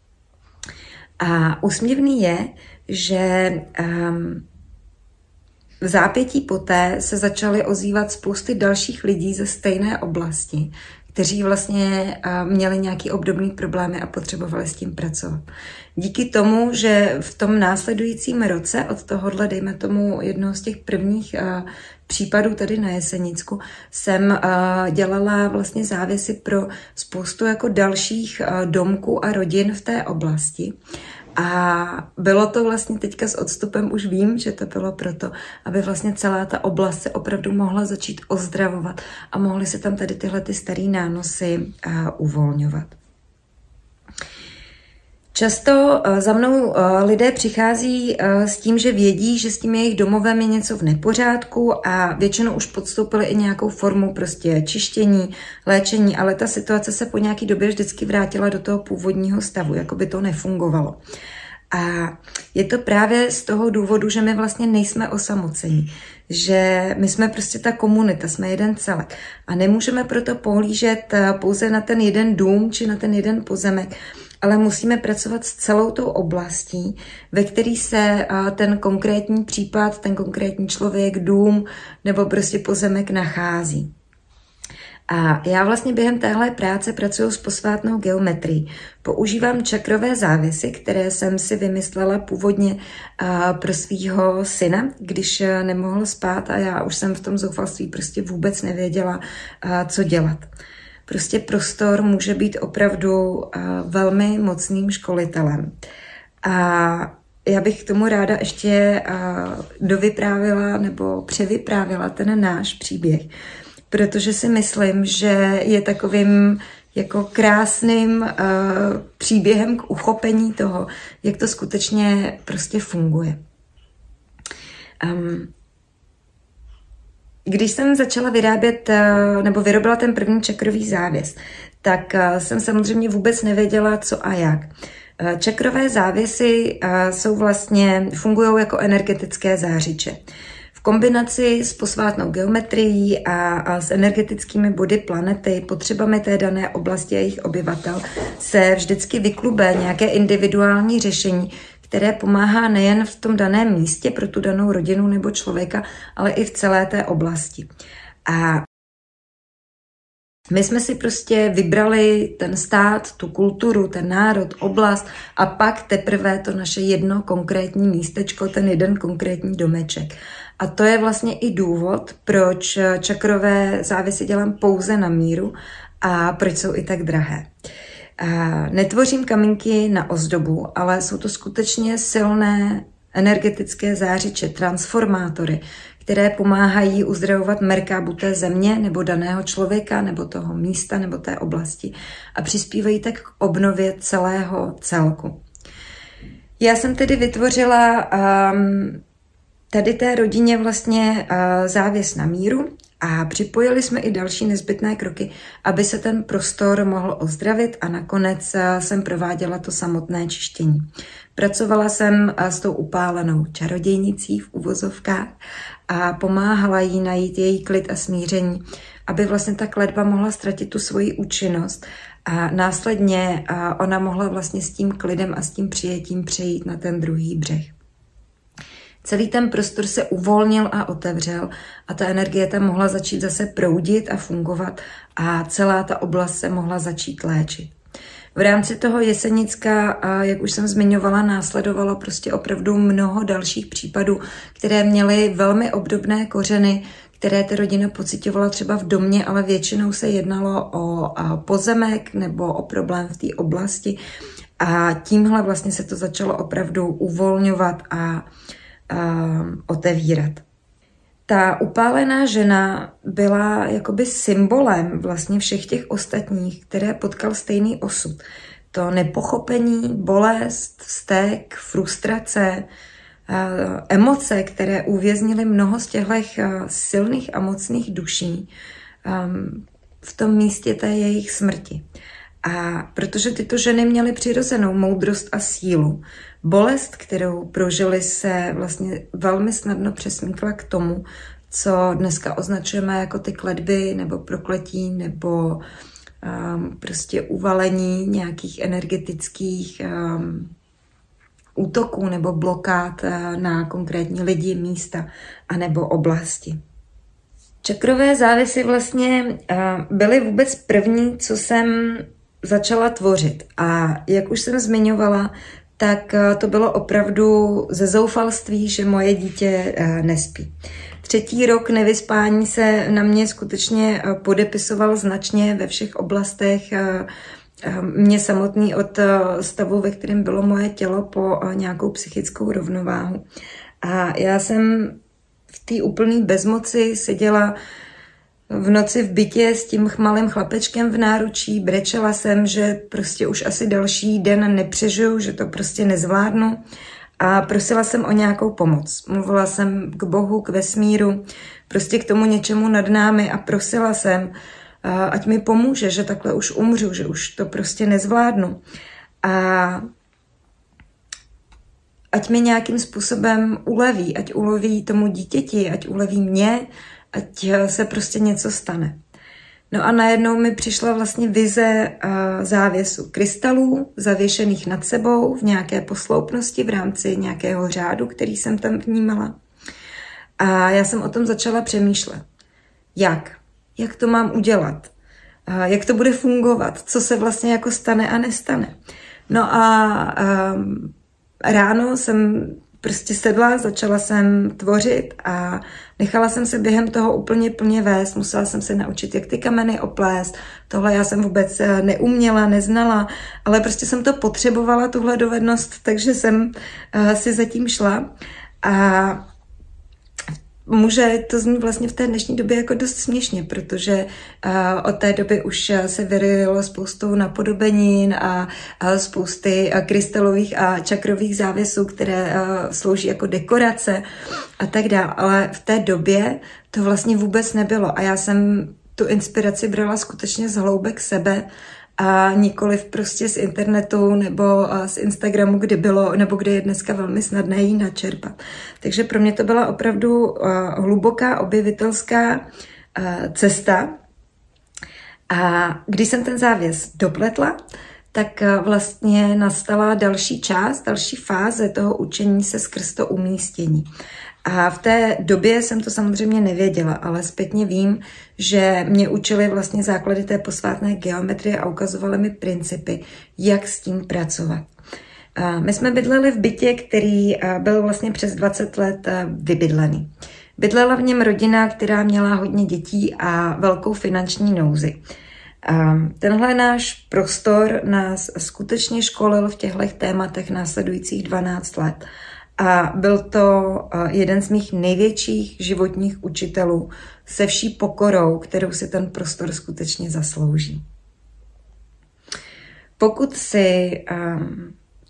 A úsměvný je, že um, v zápětí poté se začaly ozývat spousty dalších lidí ze stejné oblasti, kteří vlastně uh, měli nějaký obdobný problémy a potřebovali s tím pracovat. Díky tomu, že v tom následujícím roce od tohohle, dejme tomu jednoho z těch prvních uh, případů tady na Jesenicku, jsem uh, dělala vlastně závěsy pro spoustu jako dalších uh, domků a rodin v té oblasti. A bylo to vlastně teďka s odstupem, už vím, že to bylo proto, aby vlastně celá ta oblast se opravdu mohla začít ozdravovat a mohly se tam tady tyhle ty staré nánosy uh, uvolňovat. Často uh, za mnou uh, lidé přichází uh, s tím, že vědí, že s tím jejich domovem je něco v nepořádku a většinou už podstoupili i nějakou formu prostě čištění, léčení, ale ta situace se po nějaký době vždycky vrátila do toho původního stavu, jako by to nefungovalo. A je to právě z toho důvodu, že my vlastně nejsme osamocení, že my jsme prostě ta komunita, jsme jeden celek a nemůžeme proto pohlížet pouze na ten jeden dům či na ten jeden pozemek, ale musíme pracovat s celou tou oblastí, ve který se ten konkrétní případ, ten konkrétní člověk, dům nebo prostě pozemek nachází. A já vlastně během téhle práce pracuji s posvátnou geometrií. Používám čakrové závěsy, které jsem si vymyslela původně pro svýho syna, když nemohl spát a já už jsem v tom zoufalství prostě vůbec nevěděla, co dělat. Prostě prostor může být opravdu velmi mocným školitelem. A já bych k tomu ráda ještě dovyprávila nebo převyprávila ten náš příběh, protože si myslím, že je takovým jako krásným uh, příběhem k uchopení toho, jak to skutečně prostě funguje. Um, když jsem začala vyrábět uh, nebo vyrobila ten první čakrový závěs, tak uh, jsem samozřejmě vůbec nevěděla, co a jak. Uh, čakrové závěsy uh, jsou vlastně, fungují jako energetické zářiče. V kombinaci s posvátnou geometrií a, a s energetickými body planety, potřebami té dané oblasti a jejich obyvatel, se vždycky vyklube nějaké individuální řešení, které pomáhá nejen v tom daném místě pro tu danou rodinu nebo člověka, ale i v celé té oblasti. A my jsme si prostě vybrali ten stát, tu kulturu, ten národ, oblast a pak teprve to naše jedno konkrétní místečko, ten jeden konkrétní domeček. A to je vlastně i důvod, proč čakrové závěsy dělám pouze na míru a proč jsou i tak drahé. A netvořím kamínky na ozdobu, ale jsou to skutečně silné energetické zářiče, transformátory, které pomáhají uzdravovat merkábu té země nebo daného člověka nebo toho místa nebo té oblasti a přispívají tak k obnově celého celku. Já jsem tedy vytvořila um, tady té rodině vlastně uh, závěs na míru a připojili jsme i další nezbytné kroky, aby se ten prostor mohl ozdravit a nakonec uh, jsem prováděla to samotné čištění. Pracovala jsem uh, s tou upálenou čarodějnicí v uvozovkách a pomáhala jí najít její klid a smíření, aby vlastně ta kletba mohla ztratit tu svoji účinnost a následně uh, ona mohla vlastně s tím klidem a s tím přijetím přejít na ten druhý břeh. Celý ten prostor se uvolnil a otevřel a ta energie tam mohla začít zase proudit a fungovat a celá ta oblast se mohla začít léčit. V rámci toho Jesenicka, jak už jsem zmiňovala, následovalo prostě opravdu mnoho dalších případů, které měly velmi obdobné kořeny, které ta rodina pocitovala třeba v domě, ale většinou se jednalo o pozemek nebo o problém v té oblasti a tímhle vlastně se to začalo opravdu uvolňovat a Uh, otevírat. Ta upálená žena byla jakoby symbolem vlastně všech těch ostatních, které potkal stejný osud. To nepochopení, bolest, vztek, frustrace, uh, emoce, které uvěznily mnoho z těchto uh, silných a mocných duší um, v tom místě té jejich smrti. A protože tyto ženy měly přirozenou moudrost a sílu, bolest, kterou prožili, se vlastně velmi snadno přesmíkla k tomu, co dneska označujeme jako ty kletby nebo prokletí nebo um, prostě uvalení nějakých energetických um, útoků nebo blokád uh, na konkrétní lidi, místa a nebo oblasti. Čakrové závěsy vlastně uh, byly vůbec první, co jsem začala tvořit. A jak už jsem zmiňovala, tak to bylo opravdu ze zoufalství, že moje dítě nespí. Třetí rok nevyspání se na mě skutečně podepisoval značně ve všech oblastech. Mě samotný od stavu, ve kterém bylo moje tělo, po nějakou psychickou rovnováhu. A já jsem v té úplné bezmoci seděla v noci v bytě s tím malým chlapečkem v náručí, brečela jsem, že prostě už asi další den nepřežiju, že to prostě nezvládnu a prosila jsem o nějakou pomoc. Mluvila jsem k Bohu, k vesmíru, prostě k tomu něčemu nad námi a prosila jsem, ať mi pomůže, že takhle už umřu, že už to prostě nezvládnu. A ať mi nějakým způsobem uleví, ať uleví tomu dítěti, ať uleví mě, ať se prostě něco stane. No a najednou mi přišla vlastně vize uh, závěsu krystalů zavěšených nad sebou v nějaké posloupnosti v rámci nějakého řádu, který jsem tam vnímala. A já jsem o tom začala přemýšlet. Jak? Jak to mám udělat? Uh, jak to bude fungovat? Co se vlastně jako stane a nestane? No a um, ráno jsem prostě sedla, začala jsem tvořit a nechala jsem se během toho úplně plně vést. Musela jsem se naučit, jak ty kameny oplést. Tohle já jsem vůbec neuměla, neznala, ale prostě jsem to potřebovala, tuhle dovednost, takže jsem uh, si zatím šla. A může to znít vlastně v té dnešní době jako dost směšně, protože uh, od té doby už se vyrojilo spoustu napodobenin a, a spousty uh, krystalových a čakrových závěsů, které uh, slouží jako dekorace a tak dále. Ale v té době to vlastně vůbec nebylo a já jsem tu inspiraci brala skutečně z hloubek sebe a nikoliv prostě z internetu nebo z Instagramu, kdy bylo, nebo kde je dneska velmi snadné jí načerpat. Takže pro mě to byla opravdu hluboká objevitelská cesta. A když jsem ten závěs dopletla, tak vlastně nastala další část, další fáze toho učení se skrz to umístění. A v té době jsem to samozřejmě nevěděla, ale zpětně vím, že mě učili vlastně základy té posvátné geometrie a ukazovali mi principy, jak s tím pracovat. My jsme bydleli v bytě, který byl vlastně přes dvacet let vybydlený. Bydlela v něm rodina, která měla hodně dětí a velkou finanční nouzi. Tenhle náš prostor nás skutečně školil v těchto tématech následujících dvanáct let. A byl to jeden z mých největších životních učitelů se vší pokorou, kterou si ten prostor skutečně zaslouží. Pokud si um,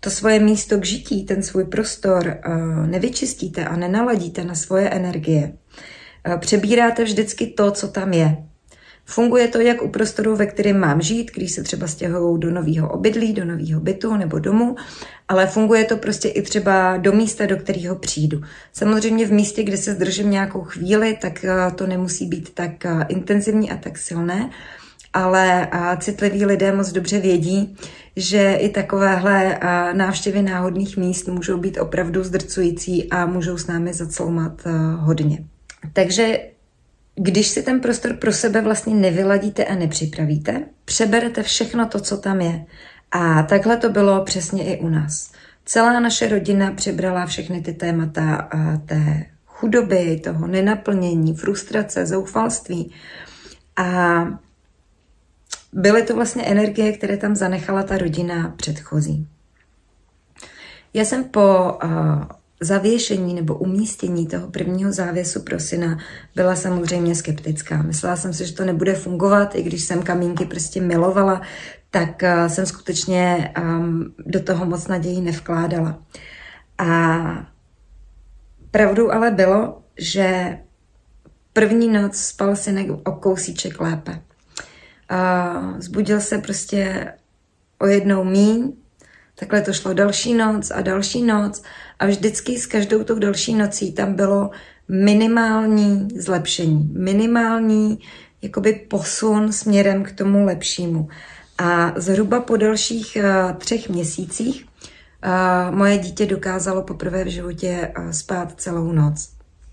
to svoje místo k žití, ten svůj prostor nevyčistíte a nenaladíte na svoje energie, přebíráte vždycky to, co tam je. Funguje to jak u prostoru, ve kterém mám žít, když se třeba stěhují do nového obydlí, do nového bytu nebo domu, ale funguje to prostě i třeba do místa, do kterého přijdu. Samozřejmě v místě, kde se zdržím nějakou chvíli, tak to nemusí být tak intenzivní a tak silné, ale citliví lidé moc dobře vědí, že i takovéhle návštěvy náhodných míst můžou být opravdu zdrcující a můžou s námi zacloumat hodně. Takže když si ten prostor pro sebe vlastně nevyladíte a nepřipravíte, přeberete všechno to, co tam je. A takhle to bylo přesně i u nás. Celá naše rodina přebrala všechny ty témata té chudoby, toho nenaplnění, frustrace, zoufalství. A byly to vlastně energie, které tam zanechala ta rodina předchozí. Já jsem po uh, zavěšení nebo umístění toho prvního závěsu pro syna byla samozřejmě skeptická. Myslela jsem si, že to nebude fungovat, i když jsem kamínky prostě milovala, tak uh, jsem skutečně um, do toho moc naději nevkládala. A pravdou ale bylo, že první noc spal synek o kousíček lépe. Uh, zbudil se prostě o jednou míň, takhle to šlo další noc a další noc a vždycky s každou tou další nocí tam bylo minimální zlepšení, minimální jakoby posun směrem k tomu lepšímu. A zhruba po dalších uh, třech měsících uh, moje dítě dokázalo poprvé v životě uh, spát celou noc.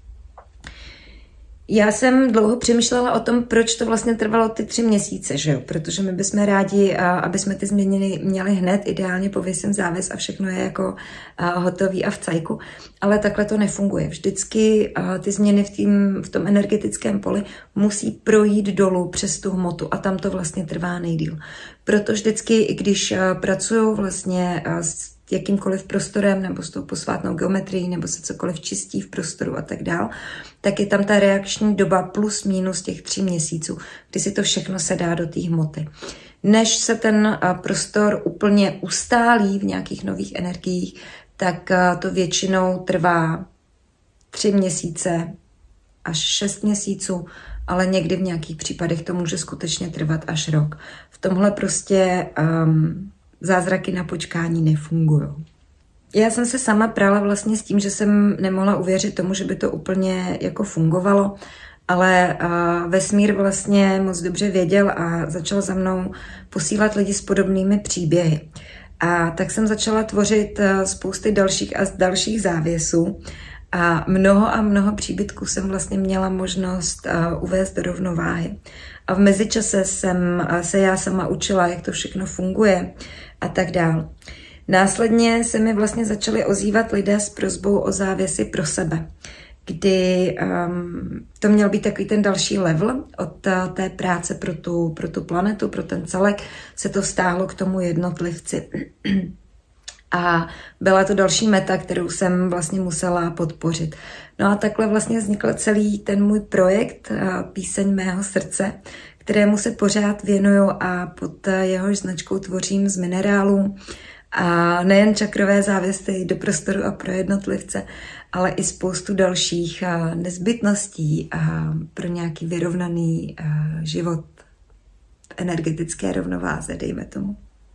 Já jsem dlouho přemýšlela o tom, proč to vlastně trvalo ty tři měsíce, že jo? Protože my bychom rádi, aby jsme ty změny měli hned, ideálně pověsím závěs a všechno je jako hotový a v cajku. Ale takhle to nefunguje. Vždycky ty změny v, tým, v tom energetickém poli musí projít dolů přes tu hmotu a tam to vlastně trvá nejdýl. Proto vždycky, i když pracuju vlastně s jakýmkoliv prostorem nebo s tou posvátnou geometrií nebo se cokoliv čistí v prostoru a tak dál, tak je tam ta reakční doba plus minus těch tří měsíců, kdy si to všechno se dá do té hmoty. Než se ten prostor úplně ustálí v nějakých nových energiích, tak to většinou trvá tři měsíce až šest měsíců, ale někdy v nějakých případech to může skutečně trvat až rok. V tomhle prostě um, zázraky na počkání nefungují. Já jsem se sama prala vlastně s tím, že jsem nemohla uvěřit tomu, že by to úplně jako fungovalo, ale uh, vesmír vlastně moc dobře věděl a začal za mnou posílat lidi s podobnými příběhy. A tak jsem začala tvořit uh, spousty dalších a dalších závěsů a mnoho a mnoho příbytků jsem vlastně měla možnost uh, uvést do rovnováhy. A v mezičase jsem uh, se já sama učila, jak to všechno funguje a tak dál. Následně se mi vlastně začali ozývat lidé s prosbou o závěsy pro sebe, kdy um, to měl být takový ten další level od uh, té práce pro tu, pro tu planetu, pro ten celek, se to vztáhlo k tomu jednotlivci. A byla to další meta, kterou jsem vlastně musela podpořit. No a takhle vlastně vznikl celý ten můj projekt, uh, Píseň mého srdce, kterému se pořád věnuju a pod uh, jehož značkou tvořím z minerálů a nejen čakrové závěsy do prostoru a pro jednotlivce, ale i spoustu dalších uh, nezbytností uh, pro nějaký vyrovnaný uh, život v energetické rovnováze, dejme tomu.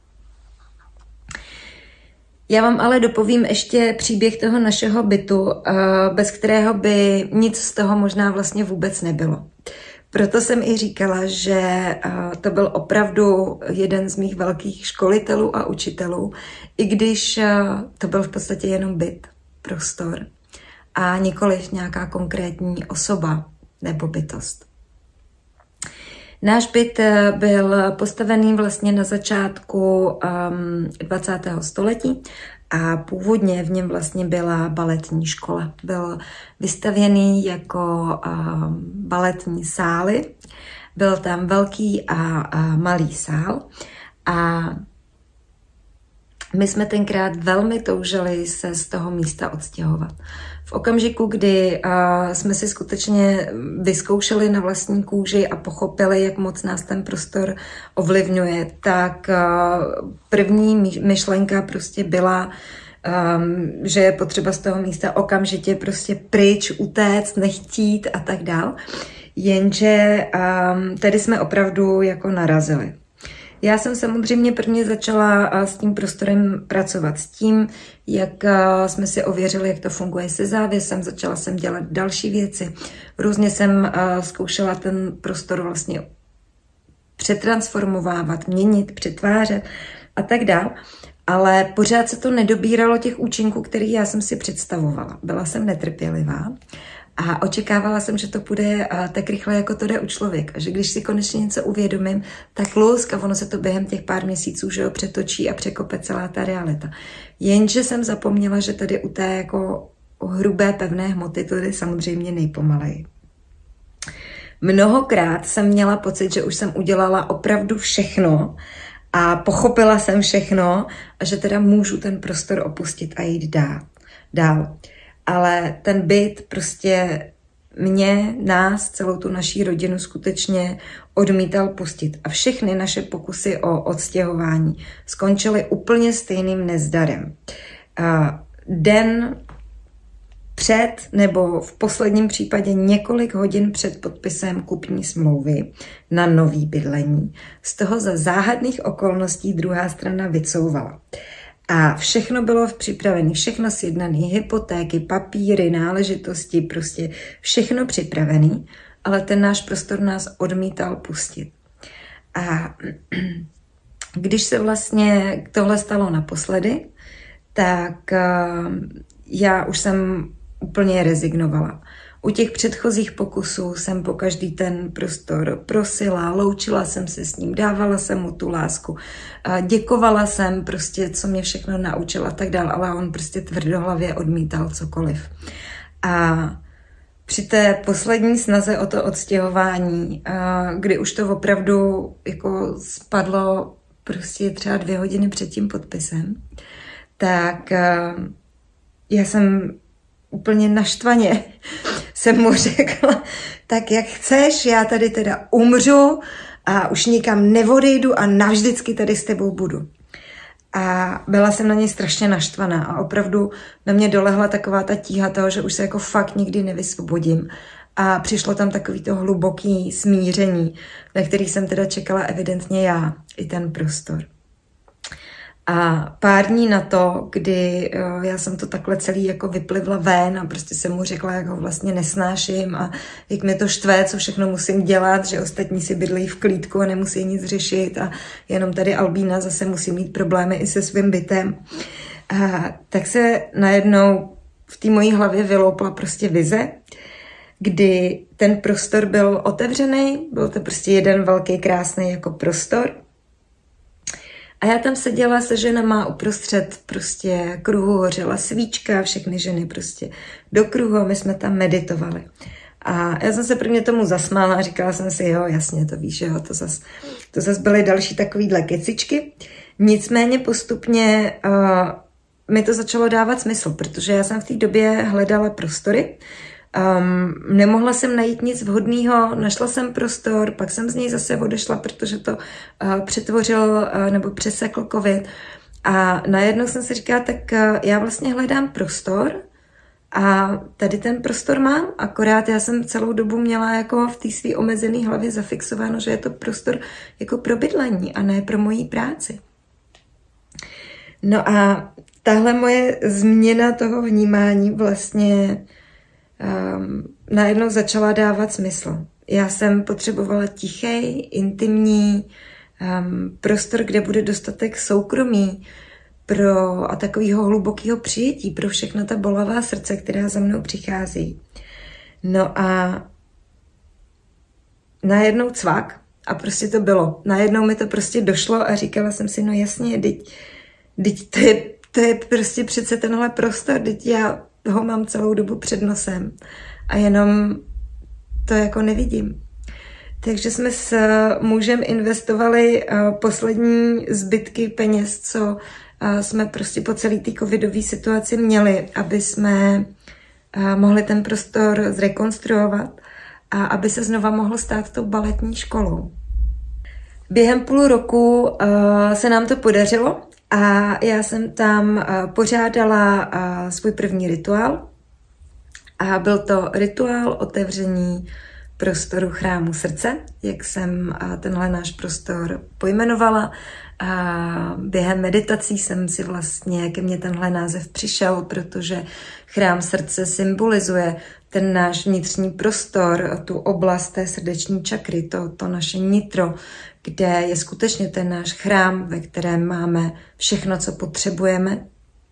Já vám ale dopovím ještě příběh toho našeho bytu, bez kterého by nic z toho možná vlastně vůbec nebylo. Proto jsem i říkala, že to byl opravdu jeden z mých velkých školitelů a učitelů, i když to byl v podstatě jenom byt, prostor a nikoliv nějaká konkrétní osoba nebo bytost. Náš byt byl postavený vlastně na začátku um, dvacátého století a původně v něm vlastně byla baletní škola. Byl vystavěný jako um, baletní sály, byl tam velký a, a malý sál a my jsme tenkrát velmi toužili se z toho místa odstěhovat. V okamžiku, kdy uh, jsme si skutečně vyzkoušeli na vlastní kůži a pochopili, jak moc nás ten prostor ovlivňuje, tak uh, první myšlenka prostě byla, um, že je potřeba z toho místa okamžitě prostě pryč, utéct, nechtít a tak dál. Jenže um, tady jsme opravdu jako narazili. Já jsem samozřejmě prvně začala s tím prostorem pracovat, s tím, jak jsme si ověřili, jak to funguje se závěsem, začala jsem dělat další věci. Různě jsem zkoušela ten prostor vlastně přetransformovávat, měnit, přetvářet a tak dál. Ale pořád se to nedobíralo těch účinků, který já jsem si představovala. Byla jsem netrpělivá. A očekávala jsem, že to půjde tak rychle, jako to jde u člověka. Že když si konečně něco uvědomím, tak lusk a ono se to během těch pár měsíců, že ho přetočí a překope celá ta realita. Jenže jsem zapomněla, že tady u té jako hrubé pevné hmoty to jde samozřejmě nejpomaleji. Mnohokrát jsem měla pocit, že už jsem udělala opravdu všechno a pochopila jsem všechno a že teda můžu ten prostor opustit a jít dál. dál. Ale ten byt prostě mě, nás, celou tu naší rodinu skutečně odmítal pustit. A všechny naše pokusy o odstěhování skončily úplně stejným nezdarem. Den před nebo v posledním případě několik hodin před podpisem kupní smlouvy na nový bydlení z toho za záhadných okolností druhá strana vycouvala. A všechno bylo připravené, všechno sjednané, hypotéky, papíry, náležitosti, prostě všechno připravené, ale ten náš prostor nás odmítal pustit. A když se vlastně tohle stalo naposledy, tak já už jsem úplně rezignovala. U těch předchozích pokusů jsem po každý ten prostor prosila, loučila jsem se s ním, dávala jsem mu tu lásku, děkovala jsem prostě, co mě všechno naučil a tak dál, ale on prostě tvrdohlavě odmítal cokoliv. A při té poslední snaze o to odstěhování, kdy už to opravdu jako spadlo prostě třeba dvě hodiny před tím podpisem, tak já jsem úplně naštvaně jsem mu řekla, tak jak chceš, já tady teda umřu a už nikam neodejdu a navždycky tady s tebou budu. A byla jsem na něj strašně naštvaná a opravdu na mě dolehla taková ta tíha toho, že už se jako fakt nikdy nevysvobodím. A přišlo tam takový to hluboký smíření, na který jsem teda čekala evidentně já, i ten prostor. A pár dní na to, kdy já jsem to takhle celý jako vyplivla ven a prostě jsem mu řekla, jak ho vlastně nesnáším a jak mě to štve, co všechno musím dělat, že ostatní si bydlejí v klídku a nemusí nic řešit a jenom tady Albína zase musí mít problémy i se svým bytem. A tak se najednou v té mojí hlavě vyloupla prostě vize, kdy ten prostor byl otevřený, byl to prostě jeden velký krásný jako prostor. A já tam seděla se ženama uprostřed prostě kruhu, hořela svíčka, všechny ženy prostě do kruhu a my jsme tam meditovali. A já jsem se prvně tomu zasmála a říkala jsem si, jo, jasně, to víš, jo, to zas, to zas byly další takovýhle kecičky. Nicméně postupně uh, mi to začalo dávat smysl, protože já jsem v té době hledala prostory, Um, nemohla jsem najít nic vhodného, našla jsem prostor, pak jsem z něj zase odešla, protože to uh, přetvořil uh, nebo přesekl covid. A najednou jsem si říkala, tak uh, já vlastně hledám prostor a tady ten prostor mám, akorát já jsem celou dobu měla jako v té své omezené hlavě zafixováno, že je to prostor jako pro bydlení a ne pro moji práci. No a tahle moje změna toho vnímání vlastně Um, najednou začala dávat smysl. Já jsem potřebovala tichý, intimní um, prostor, kde bude dostatek soukromí pro a takového hlubokého přijetí pro všechna ta bolavá srdce, která za mnou přicházejí. No a najednou cvak a prostě to bylo. Najednou mi to prostě došlo a říkala jsem si, no jasně, teď, teď to, je, to je prostě přece tenhle prostor, teď já ho mám celou dobu před nosem a jenom to jako nevidím. Takže jsme s mužem investovali poslední zbytky peněz, co jsme prostě po celé té covidové situaci měli, aby jsme mohli ten prostor zrekonstruovat a aby se znova mohlo stát tou baletní školou. Během půl roku se nám to podařilo a já jsem tam pořádala svůj první rituál a byl to rituál otevření prostoru Chrámu srdce, jak jsem tenhle náš prostor pojmenovala. A během meditací jsem si vlastně, ke mně tenhle název přišel, protože Chrám srdce symbolizuje ten náš vnitřní prostor, tu oblast té srdeční čakry, to, to naše nitro, kde je skutečně ten náš chrám, ve kterém máme všechno, co potřebujeme.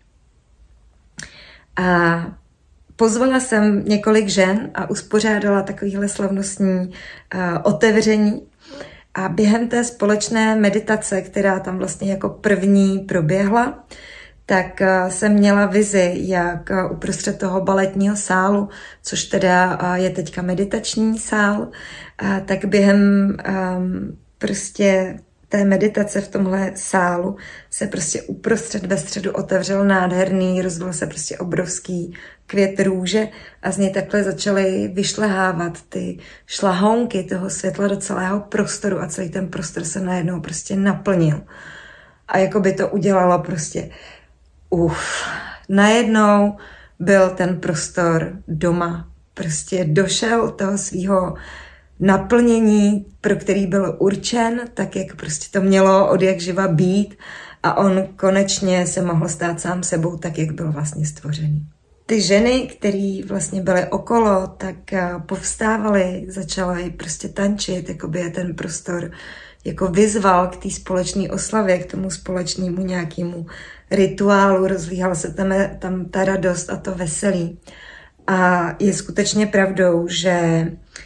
A pozvala jsem několik žen a uspořádala takovýhle slavnostní uh, otevření. A během té společné meditace, která tam vlastně jako první proběhla, tak uh, jsem měla vizi, jak uh, uprostřed toho baletního sálu, což teda uh, je teďka meditační sál, uh, tak během um, prostě té meditace v tomhle sálu se prostě uprostřed ve středu otevřel nádherný, rozbil se prostě obrovský květ růže a z něj takhle začaly vyšlehávat ty šlahounky toho světla do celého prostoru a celý ten prostor se najednou prostě naplnil. A jako by to udělalo prostě uf. Najednou byl ten prostor doma. Prostě došel toho svýho naplnění, pro který byl určen, tak jak prostě to mělo od jak živa být a on konečně se mohl stát sám sebou, tak jak byl vlastně stvořený. Ty ženy, které vlastně byly okolo, tak povstávaly, začaly prostě tančit, jako by je ten prostor jako vyzval k té společné oslavě, k tomu společnému nějakému rituálu, rozlíhala se tam, tam ta radost a to veselí. A je skutečně pravdou, že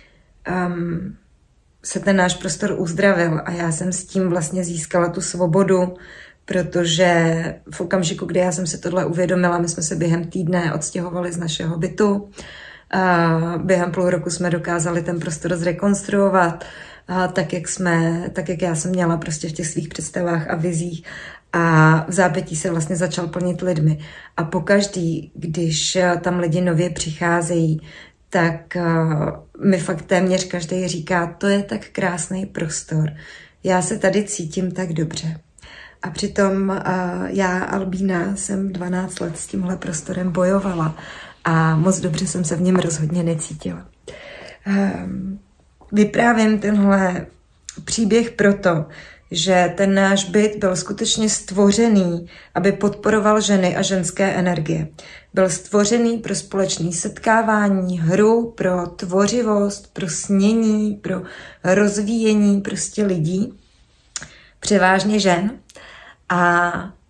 um, se ten náš prostor uzdravil a já jsem s tím vlastně získala tu svobodu, protože v okamžiku, kdy já jsem si tohle uvědomila, my jsme se během týdne odstěhovali z našeho bytu. A během půl roku jsme dokázali ten prostor zrekonstruovat, a tak, jak jsme, tak jak já jsem měla prostě v těch svých představách a vizích. A v zápětí se vlastně začal plnit lidmi. A pokaždý, když tam lidi nově přicházejí, tak mi fakt téměř každý říká, to je tak krásný prostor. Já se tady cítím tak dobře. A přitom já, Albína, jsem dvanáct let s tímhle prostorem bojovala a moc dobře jsem se v něm rozhodně necítila. Vyprávím tenhle příběh proto, že ten náš byt byl skutečně stvořený, aby podporoval ženy a ženské energie. Byl stvořený pro společné setkávání, hru, pro tvořivost, pro snění, pro rozvíjení prostě lidí, převážně žen. A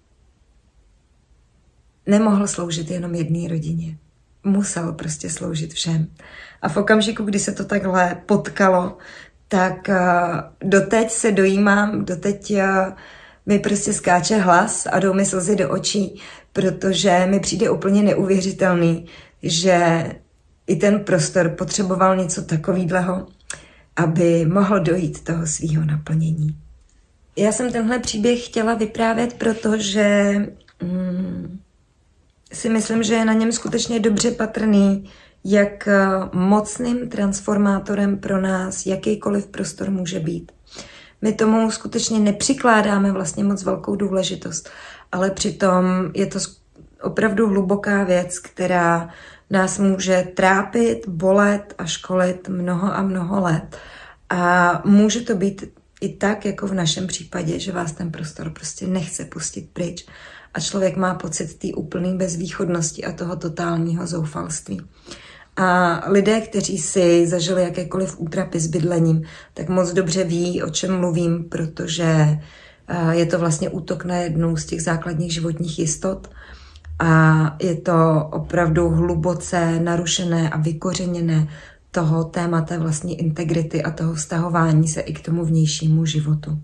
nemohl sloužit jenom jedné rodině. Musel prostě sloužit všem. A v okamžiku, kdy se to takhle potkalo, tak uh, doteď se dojímám, doteď uh, mi prostě skáče hlas a jdou mi slzy do očí, protože mi přijde úplně neuvěřitelný, že i ten prostor potřeboval něco takového, aby mohl dojít toho svýho naplnění. Já jsem tenhle příběh chtěla vyprávět, protože mm, si myslím, že je na něm skutečně dobře patrný, jak mocným transformátorem pro nás jakýkoliv prostor může být. My tomu skutečně nepřikládáme vlastně moc velkou důležitost, ale přitom je to opravdu hluboká věc, která nás může trápit, bolet a školit mnoho a mnoho let. A může to být i tak, jako v našem případě, že vás ten prostor prostě nechce pustit pryč a člověk má pocit té úplné bezvýchodnosti a toho totálního zoufalství. A lidé, kteří si zažili jakékoliv útrapy s bydlením, tak moc dobře ví, o čem mluvím, protože je to vlastně útok na jednu z těch základních životních jistot a je to opravdu hluboce narušené a vykořeněné toho témata vlastní integrity a toho vztahování se i k tomu vnějšímu životu.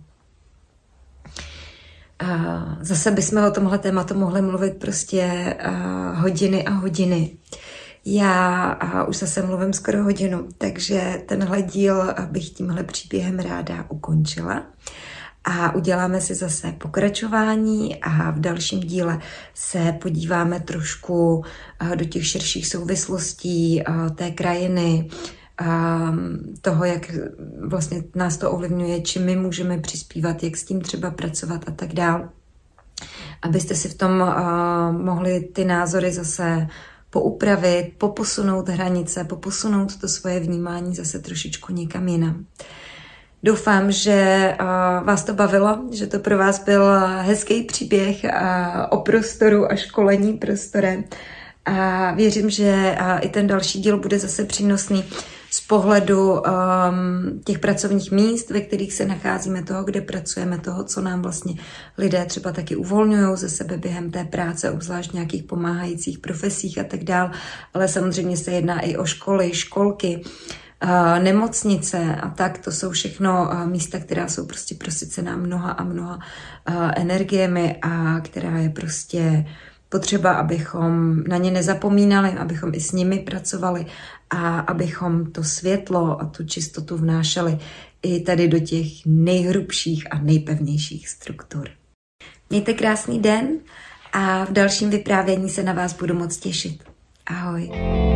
A zase bychom o tomhle tématu mohli mluvit prostě hodiny a hodiny. Já a už zase mluvím skoro hodinu, takže tenhle díl bych tímhle příběhem ráda ukončila. a uděláme si zase pokračování a v dalším díle se podíváme trošku do těch širších souvislostí té krajiny, toho, jak vlastně nás to ovlivňuje, čím my můžeme přispívat, jak s tím třeba pracovat a tak dál. Abyste si v tom uh, mohli ty názory zase poupravit, poposunout hranice, poposunout to svoje vnímání zase trošičku někam jinam. Doufám, že uh, vás to bavilo, že to pro vás byl hezký příběh uh, o prostoru a školení prostorem. A věřím, že uh, i ten další díl bude zase přínosný z pohledu um, těch pracovních míst, ve kterých se nacházíme, toho, kde pracujeme, toho, co nám vlastně lidé třeba taky uvolňují ze sebe během té práce, obzvlášť v nějakých pomáhajících profesích a tak dál. Ale samozřejmě se jedná i o školy, školky, uh, nemocnice a tak. To jsou všechno uh, místa, která jsou prostě prosycená mnoha a mnoha uh, energiemi a která je prostě potřeba, abychom na ně nezapomínali, abychom i s nimi pracovali a abychom to světlo a tu čistotu vnášeli i tady do těch nejhrubších a nejpevnějších struktur. Mějte krásný den a v dalším vyprávění se na vás budu moc těšit. Ahoj.